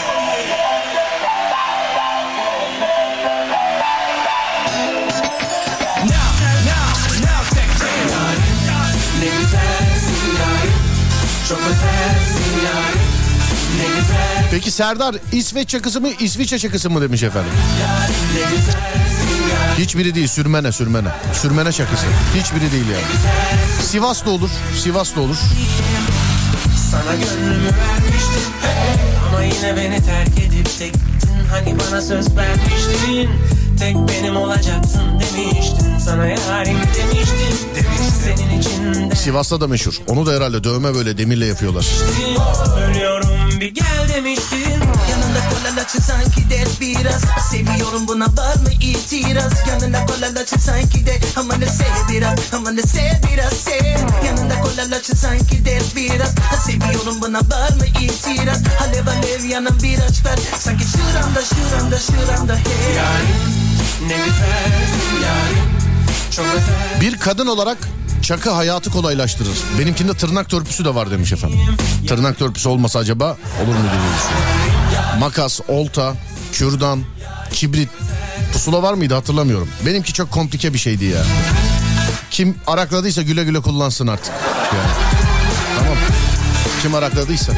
Now take care. Ne güzelsin yarim, çok özelsin yarim. Ne güzel, Peki Serdar, İsveç çakısı mı İsviçre çakısı mı demiş efendim. ne güzelsin yarim. Hiçbiri değil, sürmene. Sürmene çakısı. Hiçbiri değil yani. Sivas'ta olur, Sivas'ta olur. Sana gönlümü vermiştim ama yine beni terk edip tek gittin. Hani bana söz vermiştin, tek benim olacaksın demiştin. Sana yarim demiştim, senin için de Sivas'ta da meşhur. Onu da herhalde dövme böyle demirle yapıyorlar. ölüyorum bir gel demiştin. Yanında kolalaçı sanki de biraz seviyorum, buna var mı itiraz? Yanında kolalaçı sanki de ama ne sev biraz, ama ne sev biraz sev. Yanında kolalaçı sanki de biraz seviyorum, buna var mı itiraz? Alev alev yanan bir aç ver, sanki şuramda hey. Yarim ne güzelsin yarim, çok özel. Bir kadın olarak çakı hayatı kolaylaştırır. Benimkinde tırnak törpüsü de var demiş efendim. Tırnak törpüsü olmasa acaba olur mu diye düşünüyorum. Makas, olta, kürdan, kibrit, pusula var mıydı hatırlamıyorum. Benimki çok komplike bir şeydi ya. Kim arakladıysa güle güle kullansın artık. Yani. Tamam. Kim arakladıysa.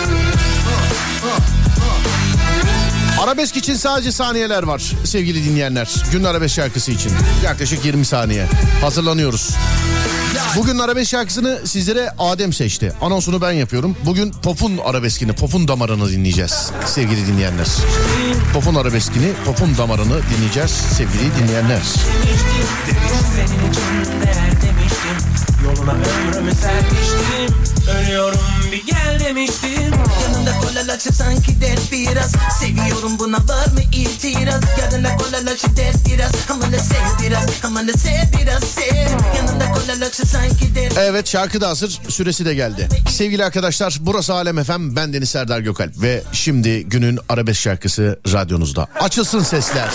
Arabesk için sadece saniyeler var sevgili dinleyenler. Gün arabesk şarkısı için yaklaşık 20 saniye. Hazırlanıyoruz. Bugün arabesk şarkısını sizlere Adem seçti. Anonsunu ben yapıyorum. Bugün pop'un arabeskini, pop'un damarını dinleyeceğiz sevgili dinleyenler. Pop'un arabeskini, pop'un damarını dinleyeceğiz sevgili dinleyenler. Senin için değer demiştim, yoluna ömrümü sermiştim. Ölüyorum bir gel demiştim. Yanında kolalaçı sanki de biraz seviyorum, buna var mı itiraz? Yanında kolalaçı de biraz ama ne sev biraz, ama ne sev biraz sev. Yanında kolalaçı sanki de. Evet, şarkı da hazır, süresi de geldi. Sevgili arkadaşlar, burası Alem FM, ben Deniz Serdar Gökalp ve şimdi günün arabesk şarkısı radyonuzda. Açılsın sesler.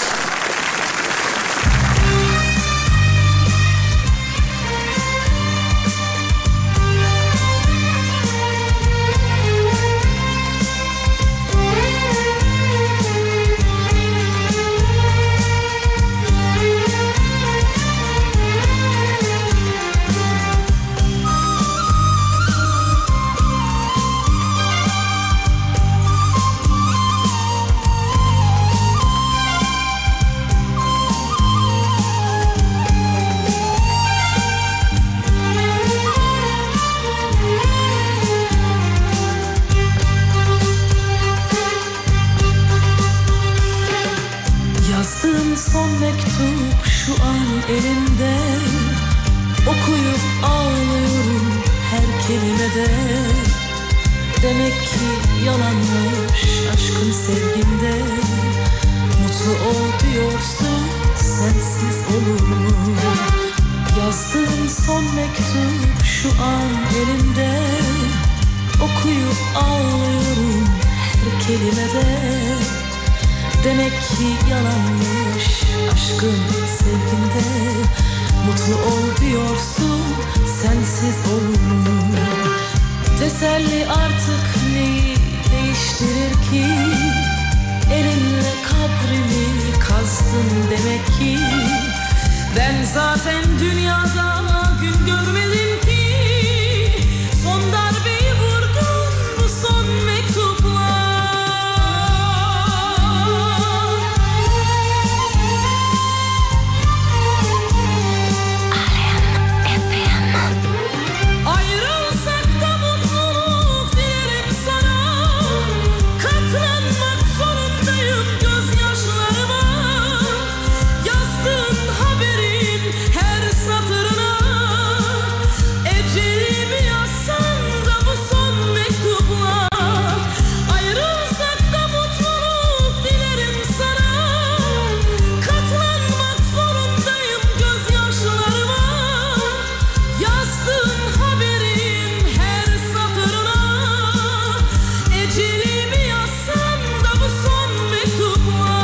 elimde, okuyup ağlıyorum her kelimede. Demek ki yalanmış aşkın sevginde. Mutlu ol diyorsun, sensiz olur mu? Yazdığım son mektup şu an elimde, okuyup ağlıyorum her kelimede. Demek ki yalanmış aşkın sevginde. Mutlu ol diyorsun, sensiz olur mu? Teselli artık neyi değiştirir ki? Elinle kabrimi kazdın demek ki. Ben zaten dünyada gün görmedim ki. Son darbeyi vurdun bu son mektupla. Ayrılsak da mutluluk dilerim sana. Katlanmak zorundayım gözyaşlarıma. Yazdığın haberin her satırına. Ecelimi yazsan da bu son mektupla. Ayrılsak da mutluluk dilerim sana. Katlanmak zorundayım gözyaşlarıma. Yazdığın haberin her satırına. Ecelimi yazsan da bu son mektupla.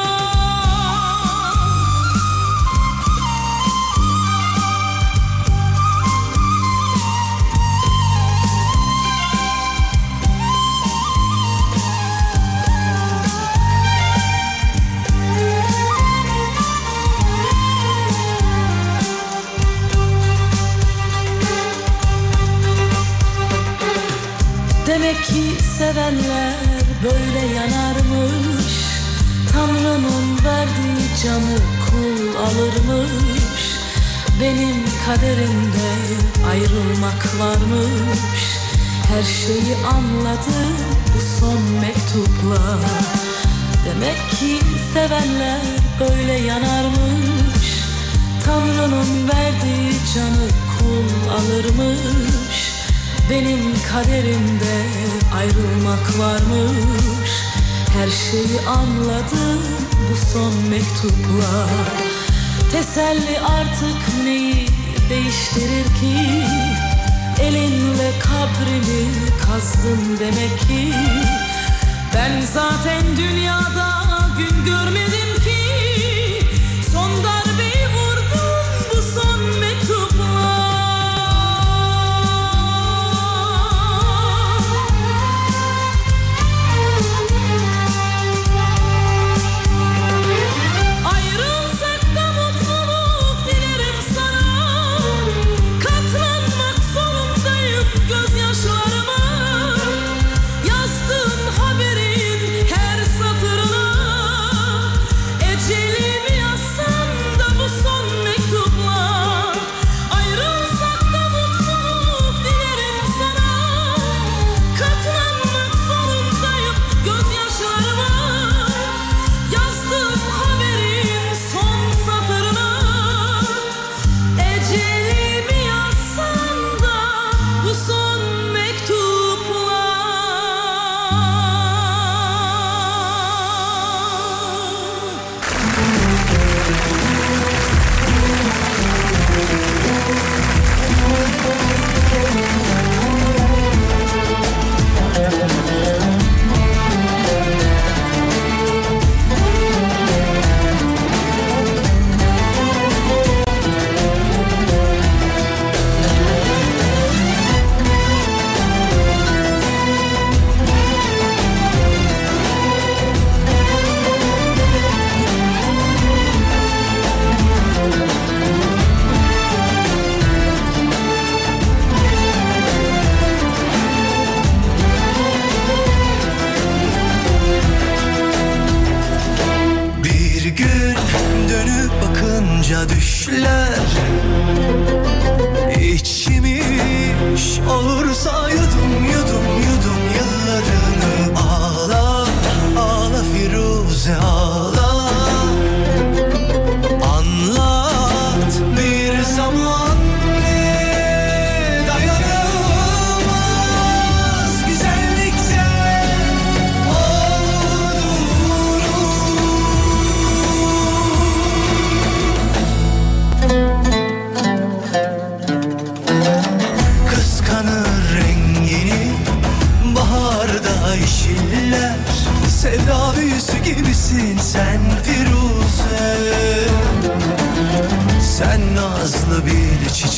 Demek ki sevenler böyle yanarmış. Tanrı'nın verdiği canı kul alırmış. Benim kaderimde ayrılmak varmış. Her şeyi anladım bu son mektupla. Demek ki sevenler böyle yanarmış. Tanrı'nın verdiği canı kul alırmış. Benim kaderimde ayrılmak varmış. Her şeyi anladım bu son mektupla. Teselli artık neyi değiştirir ki? Elinle kabrimi kazdın demek ki. Ben zaten dünyada gün görmedim ki. Son darbeyi vurdun bu son mektupla. Ayrılsak da mutluluk dilerim sana. Katlanmak zorundayım gözyaşlarıma. Yazdığın haberin her satırına.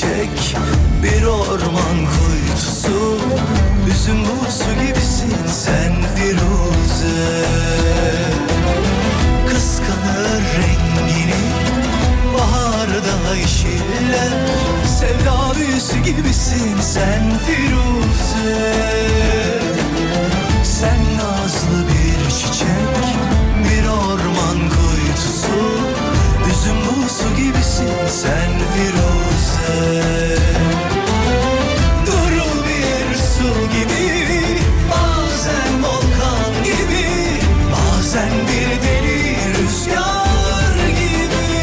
çiçek, bir orman kuytusu. Üzüm buzu gibisin sen Firuze. Kıskanır rengini baharda yeşiller. Sevda büyüsü gibisin sen Firuze. Sen nazlı bir çiçek, bir orman kuytusu. Üzüm buzu gibisin sen Firuze. Duru bir su gibi, bazen volkan gibi, bazen bir deli rüzgar gibi.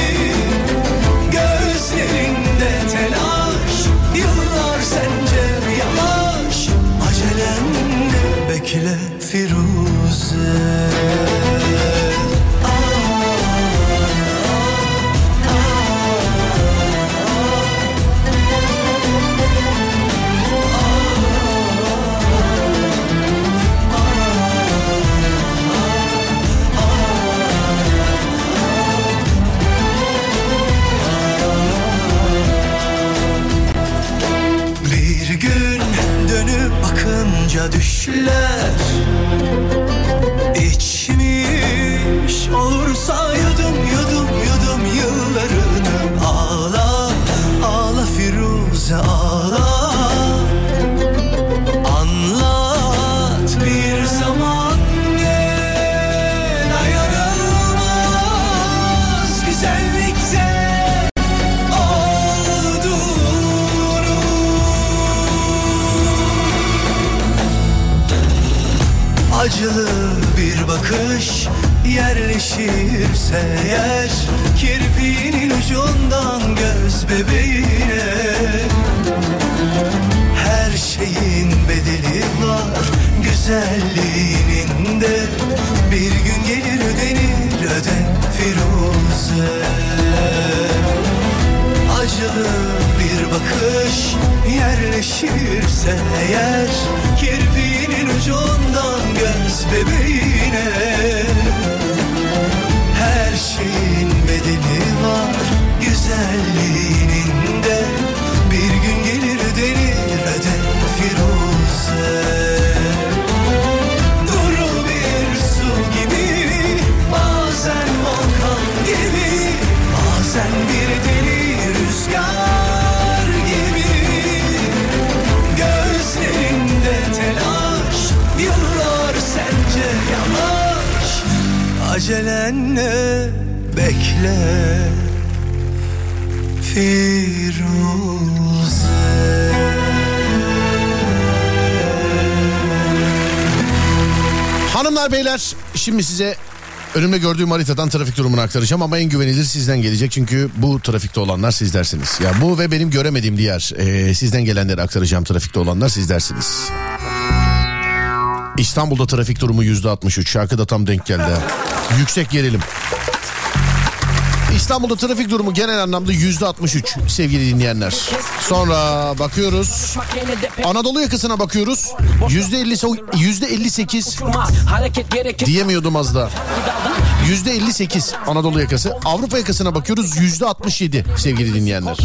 Gözlerinde telaş, yıllar sence yavaş. Acelenle bekle Firuze. Bir gün dönüp bakınca düşler İçmiş olursa yudum yudum yudum yıllarını. Ağla ağla Firuze ağla. Anlat bir zaman gel, dayanılmaz güzellikte olduğunu. Acılı bir bakış yerleşirse eğer, kirpiğinin ucundan göz bebeğine. Her şeyin bedeli var güzelliğinin de. Bir gün gelir ödenir öden Firuze. Acılı bir bakış yerleşirse eğer, kirpiğinin ucundan göz bebeğine. Her şeyin bedeli var güzelliğinin de. Bir gün gelir ödenir öden Firuze. Duru bir su gibi, bazen volkan gibi, bazen bir deli rüzgar gibi. Gözlerinde telaş, yıllar sence yavaş. Acelenle bekle Firuze. Hanımlar beyler, şimdi size önümde gördüğüm haritadan trafik durumunu aktaracağım ama en güvenilir sizden gelecek, çünkü bu trafikte olanlar sizlersiniz. Ya bu ve benim göremediğim diğer sizden gelenleri aktaracağım trafikte olanlar sizlersiniz. İstanbul'da trafik durumu %63. Şarkı da tam denk geldi. Yüksek gerilim. İstanbul'da trafik durumu genel anlamda %63 sevgili dinleyenler. Sonra bakıyoruz. Anadolu yakasına bakıyoruz. %58 diyemiyordum az da. %58 Anadolu yakası. Avrupa yakasına bakıyoruz, %67 sevgili dinleyenler.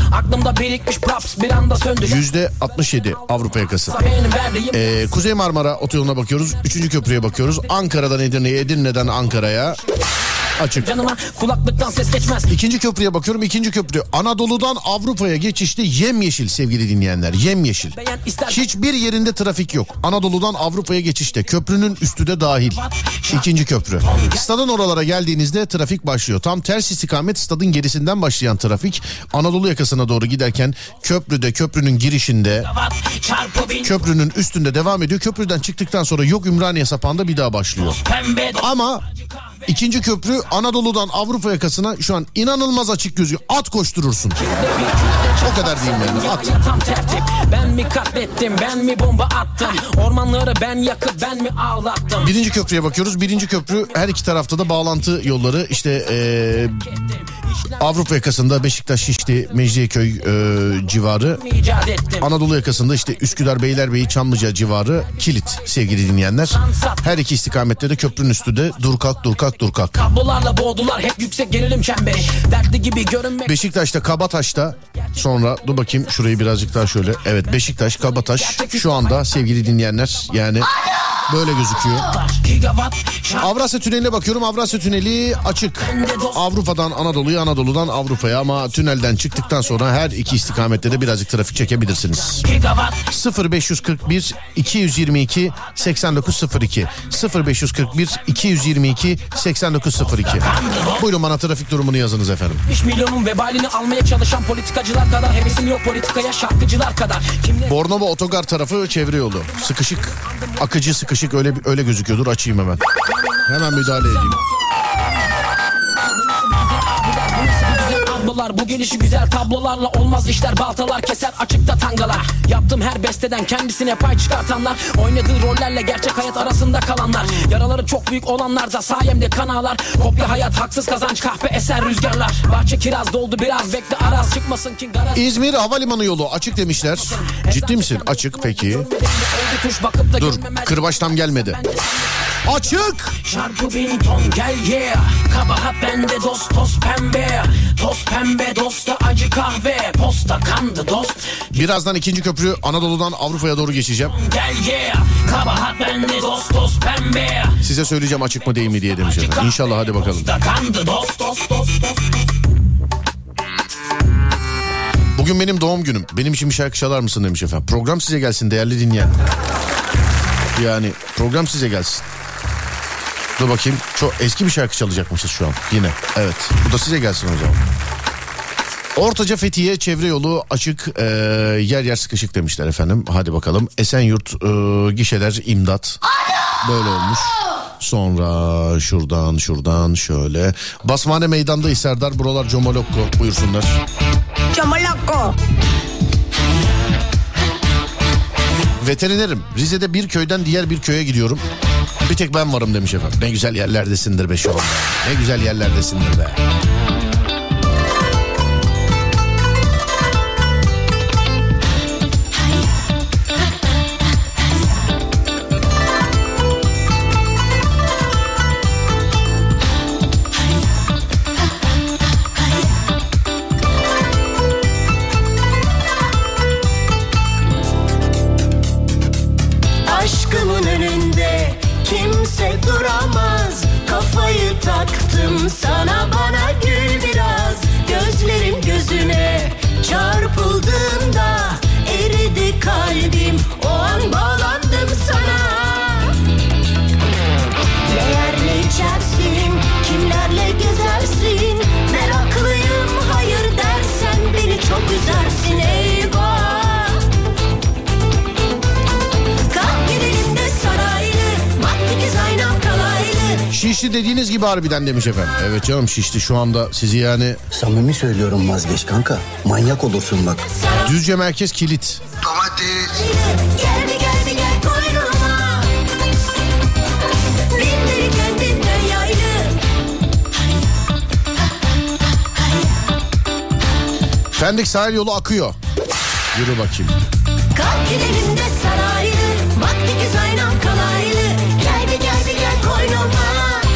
%67 Avrupa yakası. Kuzey Marmara otoyoluna bakıyoruz. 3. köprüye bakıyoruz. Ankara'dan Edirne'ye, Edirne'den Ankara'ya açık. Kulaklıktan ses geçmez. 2. köprüye bakıyorum. 2. köprü Anadolu'dan Avrupa'ya geçişte yemyeşil sevgili dinleyenler. Yemyeşil. Hiçbir yerinde trafik yok. Anadolu'dan Avrupa'ya geçişte. Köprünün üstü de dahil. 2. köprü. Stadın oralara geldiğinizde trafik başlıyor. Tam ters istikamet stadın gerisinden başlayan trafik Anadolu yakasına doğru giderken köprüde, köprünün girişinde, köprünün üstünde devam ediyor. Köprüden çıktıktan sonra yok Ümraniye sapağında bir daha başlıyor. Ama 2. köprü Anadolu'dan Avrupa yakasına şu an inanılmaz açık gözüküyor. At koşturursun. O kadar diyeyim yani. At. Ben mi katlettim, ben mi bomba attım? Ormanları ben yakıp ben mi ağlattım? 1. köprüye bakıyoruz. 1. köprü her iki tarafta da bağlantı yolları. İşte Avrupa yakasında Beşiktaş, Şişli, Mecidiyeköy civarı. Anadolu yakasında işte Üsküdar, Beylerbeyi, Çamlıca civarı kilit sevgili dinleyenler. Her iki istikamette de köprünün üstü de dur kalk dur kalk dur kalk. Kablolarla boğdular hep yüksek gerilim çemberi. Dertli gibi görünmek. Beşiktaş'ta, Kabataş'ta Sonra dur bakayım şurayı birazcık daha şöyle. Evet, Beşiktaş, Kabataş şu anda sevgili dinleyenler yani böyle gözüküyor. Avrasya Tüneli'ne bakıyorum. Avrasya Tüneli açık. Avrupa'dan Anadolu'ya, Anadolu'dan Avrupa'ya ama tünelden çıktıktan sonra her iki istikamette de birazcık trafik çekebilirsiniz. 0541 222 8902 0541 222 8902. Buyurun bana trafik durumunu yazınız efendim. 5 milyonun vebalini almaya çalışan politikacılar kadar hevesim yok politikaya şarkıcılar kadar. Bornova Otogar tarafı çevre yolu. Sıkışık, akıcı sıkışık öyle gözüküyordur. Açayım hemen. Hemen müdahale edeyim. Bu gelişi güzel tablolarla olmaz işler, baltalar keser açıkta tangalar. Yaptım her besteden kendisine pay çıkartanlar, oynadığı rollerle gerçek hayat arasında kalanlar, yaraları çok büyük olanlar da sayemde kan ağlar. Kopya hayat, haksız kazanç, kahpe eser rüzgarlar. Bahçe kiraz doldu biraz, bekle araz çıkmasın ki garaz. İzmir Havalimanı yolu açık demişler. Ciddi misin? Açık peki. Dur, kırbaç tam gelmedi. Açık. Şarkı bin ton gel yeah. Kabahat bende dost toz pembe. Toz pembe dosta acı kahve. Posta kandı dost. Birazdan ikinci köprü Anadolu'dan Avrupa'ya doğru geçeceğim. Gel yeah. Kabahat bende dost toz pembe. Size söyleyeceğim açık mı değil mi diye demiş efendim. İnşallah, hadi bakalım. Posta kandı dost dost dost. Bugün benim doğum günüm. Benim için bir şarkı çalar mısın demiş efendim. Program size gelsin değerli dinleyen. Yani program size gelsin. Dur bakayım. Çok eski bir şarkı çalacakmışız şu an. Yine. Evet. Bu da size gelsin o zaman. Ortaca Fethiye çevre yolu açık. Yer yer sıkışık demişler efendim. Hadi bakalım. Esenyurt gişeler imdat. Böyle olmuş. Sonra şuradan şöyle. Basmane meydanda Serdar. Buralar Comolokko. Buyursunlar. Comolokko. Veterinerim. Rize'de bir köyden diğer bir köye gidiyorum. Bir tek ben varım demiş efendim. Ne güzel yerlerdesindir be şu an. Ne güzel yerlerdesindir be. Aşkımın önünde kimse duramaz. Kafayı taktım sana, bana gül biraz. Gözlerim gözüne çarpıldığında eridi kalbim. O an bağlandım sana. Ne yer ne içersin, kimlerle gezersin. Meraklıyım, hayır dersen beni çok üzersin. Eyvah. Şişli dediğiniz gibi harbiden demiş efendim. Evet canım, Şişli şu anda sizi yani... Samimi söylüyorum, vazgeç kanka. Manyak olursun bak. Düzce merkez kilit. Domates. Gel gel koynuma. Binleri kendinden yaylı. Pendik sahil yolu akıyor. Yürü bakayım. Kalk gidelim de saraylı. Vakti ki zaynam kalaylı. Gel koynuma.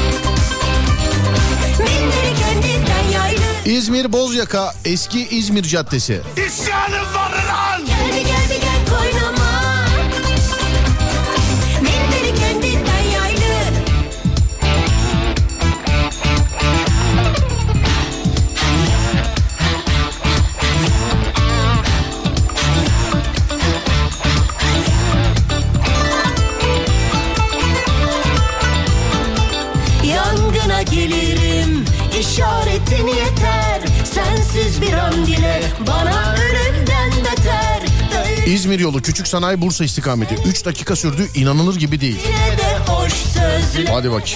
Binleri kendinden yaylı. İzmir Bozyaka eski İzmir Caddesi. İsyanım var lan. Gel koynuma. Binleri kendinden yaylı. Yangına gelirim, işaretin yeter. Sensiz bir an dile, bana ölümden beter. İzmir yolu Küçük Sanayi Bursa istikameti. 3 dakika sürdü, inanılır gibi değil. Yine de hoş sözler. Hadi bakayım.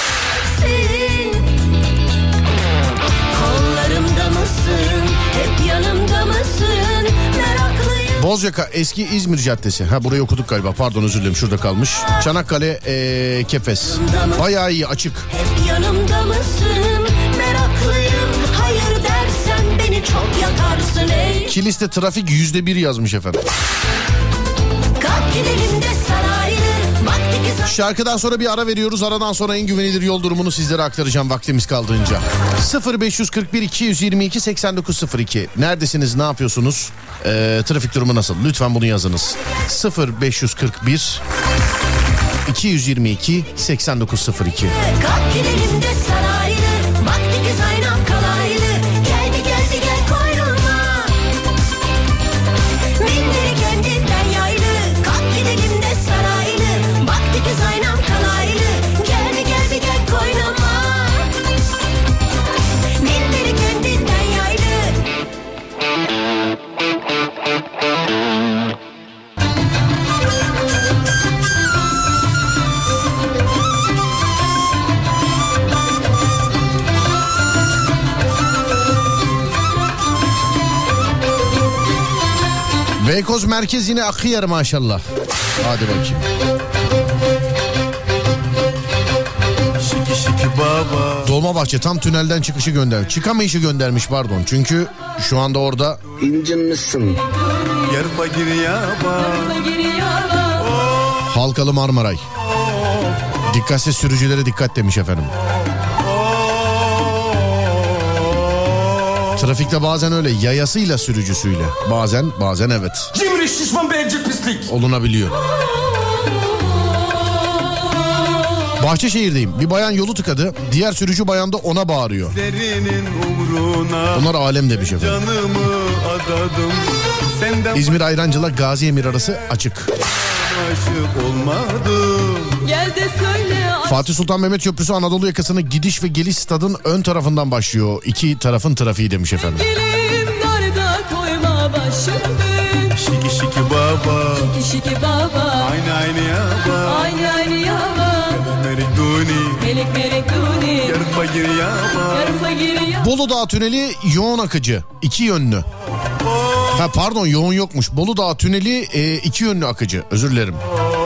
Kollarımda mısın, hep yanımda mısın? Meraklıyım. Bozyaka eski İzmir Caddesi. Ha, burayı okuduk galiba, pardon, özür dilerim, şurada kalmış. Çanakkale Kefes. Bayağı iyi, açık. Hep yanımda mısın? Meraklıyım, hayır dersen beni çok yakarsın ey. Kilis'te trafik %1 yazmış efendim. Kalk gidelim de saraylı. Vakti ki Şarkıdan sonra bir ara veriyoruz. Aradan sonra en güvenilir yol durumunu sizlere aktaracağım vaktimiz kaldığınca. 0541 222 8902. Neredesiniz, ne yapıyorsunuz? Trafik durumu nasıl? Lütfen bunu yazınız. 0541 222 8902. Kalk gidelim de saraylı, vakti ki Zaynab kalaylı. Geldi gel koynuma, binleri kendinden yaylı. Kalk gidelim de saraylı, vakti ki Zaynab kalaylı. Geldi gel koynuma, binleri kendinden yaylı. Beykoz merkez yine akıyor maşallah. Hadi bakayım. Dolmabahçe tam tünelden çıkışı gönder. Çıkamayışı göndermiş pardon. Çünkü şu anda orada İncinmişsin. Halkalı Marmaray. Dikkatsiz sürücülere dikkat demiş efendim. Trafikte bazen öyle yayasıyla sürücüsüyle. Bazen evet. Cimri şişman bencil pislik. Olunabiliyor. Bahçeşehir'deyim. Bir bayan yolu tıkadı. Diğer sürücü bayan da ona bağırıyor. Onlar alem demiş efendim. İzmir Ayrancı'la Gazi Emir arası açık. Gel de söyle. Fatih Sultan Mehmet Köprüsü Anadolu yakasını gidiş ve geliş stadın ön tarafından başlıyor. İki tarafın trafiği demiş efendim. Gelim darda koyma başımı. Şiki şiki baba. Şiki şiki baba. Aynı yaba. Aynı yaba. Merik duni. Melik duni. Yarı fakir yaba. Yarı fakir yaba. Bolu Dağı Tüneli yoğun akıcı. İki yönlü. Ha pardon, yoğun yokmuş. Bolu Dağı Tüneli iki yönlü akıcı. Özür dilerim.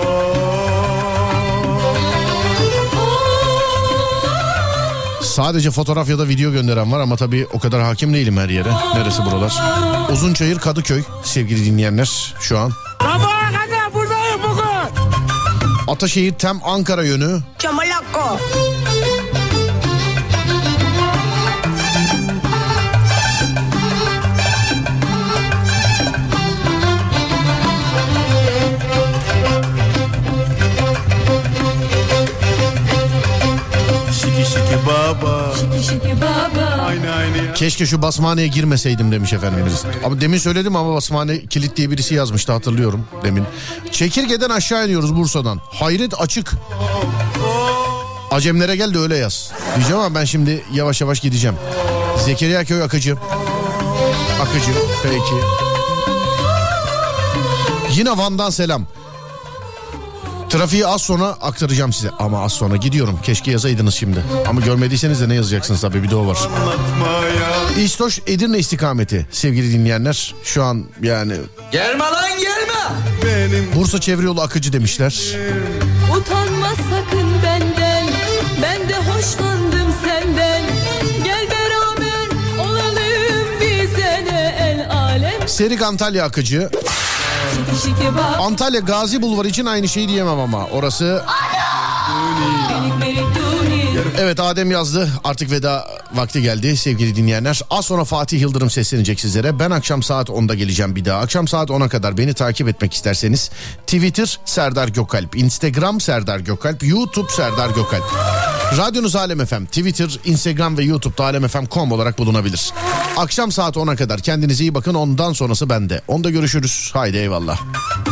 Sadece fotoğraf ya da video gönderen var ama tabii o kadar hakim değilim her yere. Neresi buralar? Uzunçayır, Kadıköy sevgili dinleyenler şu an. Sabaha kadar buradayım bugün. Ataşehir Tem Ankara yönü. Çamalakko. Şiki şiki baba. Şiki şiki baba. Aynı. Keşke şu basmaneye girmeseydim demiş efendim birisi. Ama demin söyledim ama basmane kilit diye birisi yazmıştı, hatırlıyorum demin. Çekirge'den aşağı iniyoruz Bursa'dan. Hayret açık. Acemlere gel de öyle yaz. Diyeceğim ama ben şimdi yavaş yavaş gideceğim. Zekeriya Köy akıcı. Akıcı peki. Yine Van'dan selam. Trafiği az sonra aktaracağım size. Ama az sonra gidiyorum. Keşke yazaydınız şimdi. Ama görmediyseniz de ne yazacaksınız tabii, bir de o var. İstoş Edirne istikameti sevgili dinleyenler. Şu an yani... Gelme lan gelme. Bursa çevre yolu akıcı demişler. Utanma sakın benden. Ben de hoşlandım senden. Gel beraber olalım bize ne el alem. Serik Antalya akıcı. Şiki şiki baba. Antalya Gazi Bulvarı için aynı şeyi diyemem ama orası... Melik duni. Evet, Adem yazdı. Artık veda vakti geldi sevgili dinleyenler. Az sonra Fatih Yıldırım seslenecek sizlere. Ben akşam saat 10'da geleceğim bir daha. Akşam saat 10'a kadar beni takip etmek isterseniz Twitter Serdar Gökalp, Instagram Serdar Gökalp, YouTube Serdar Gökalp. Radyonuz Alem FM, Twitter, Instagram ve YouTube'da alemfm.com olarak bulunabilir. Akşam saat 10'a kadar kendinize iyi bakın. Ondan sonrası bende. Onda görüşürüz. Haydi eyvallah.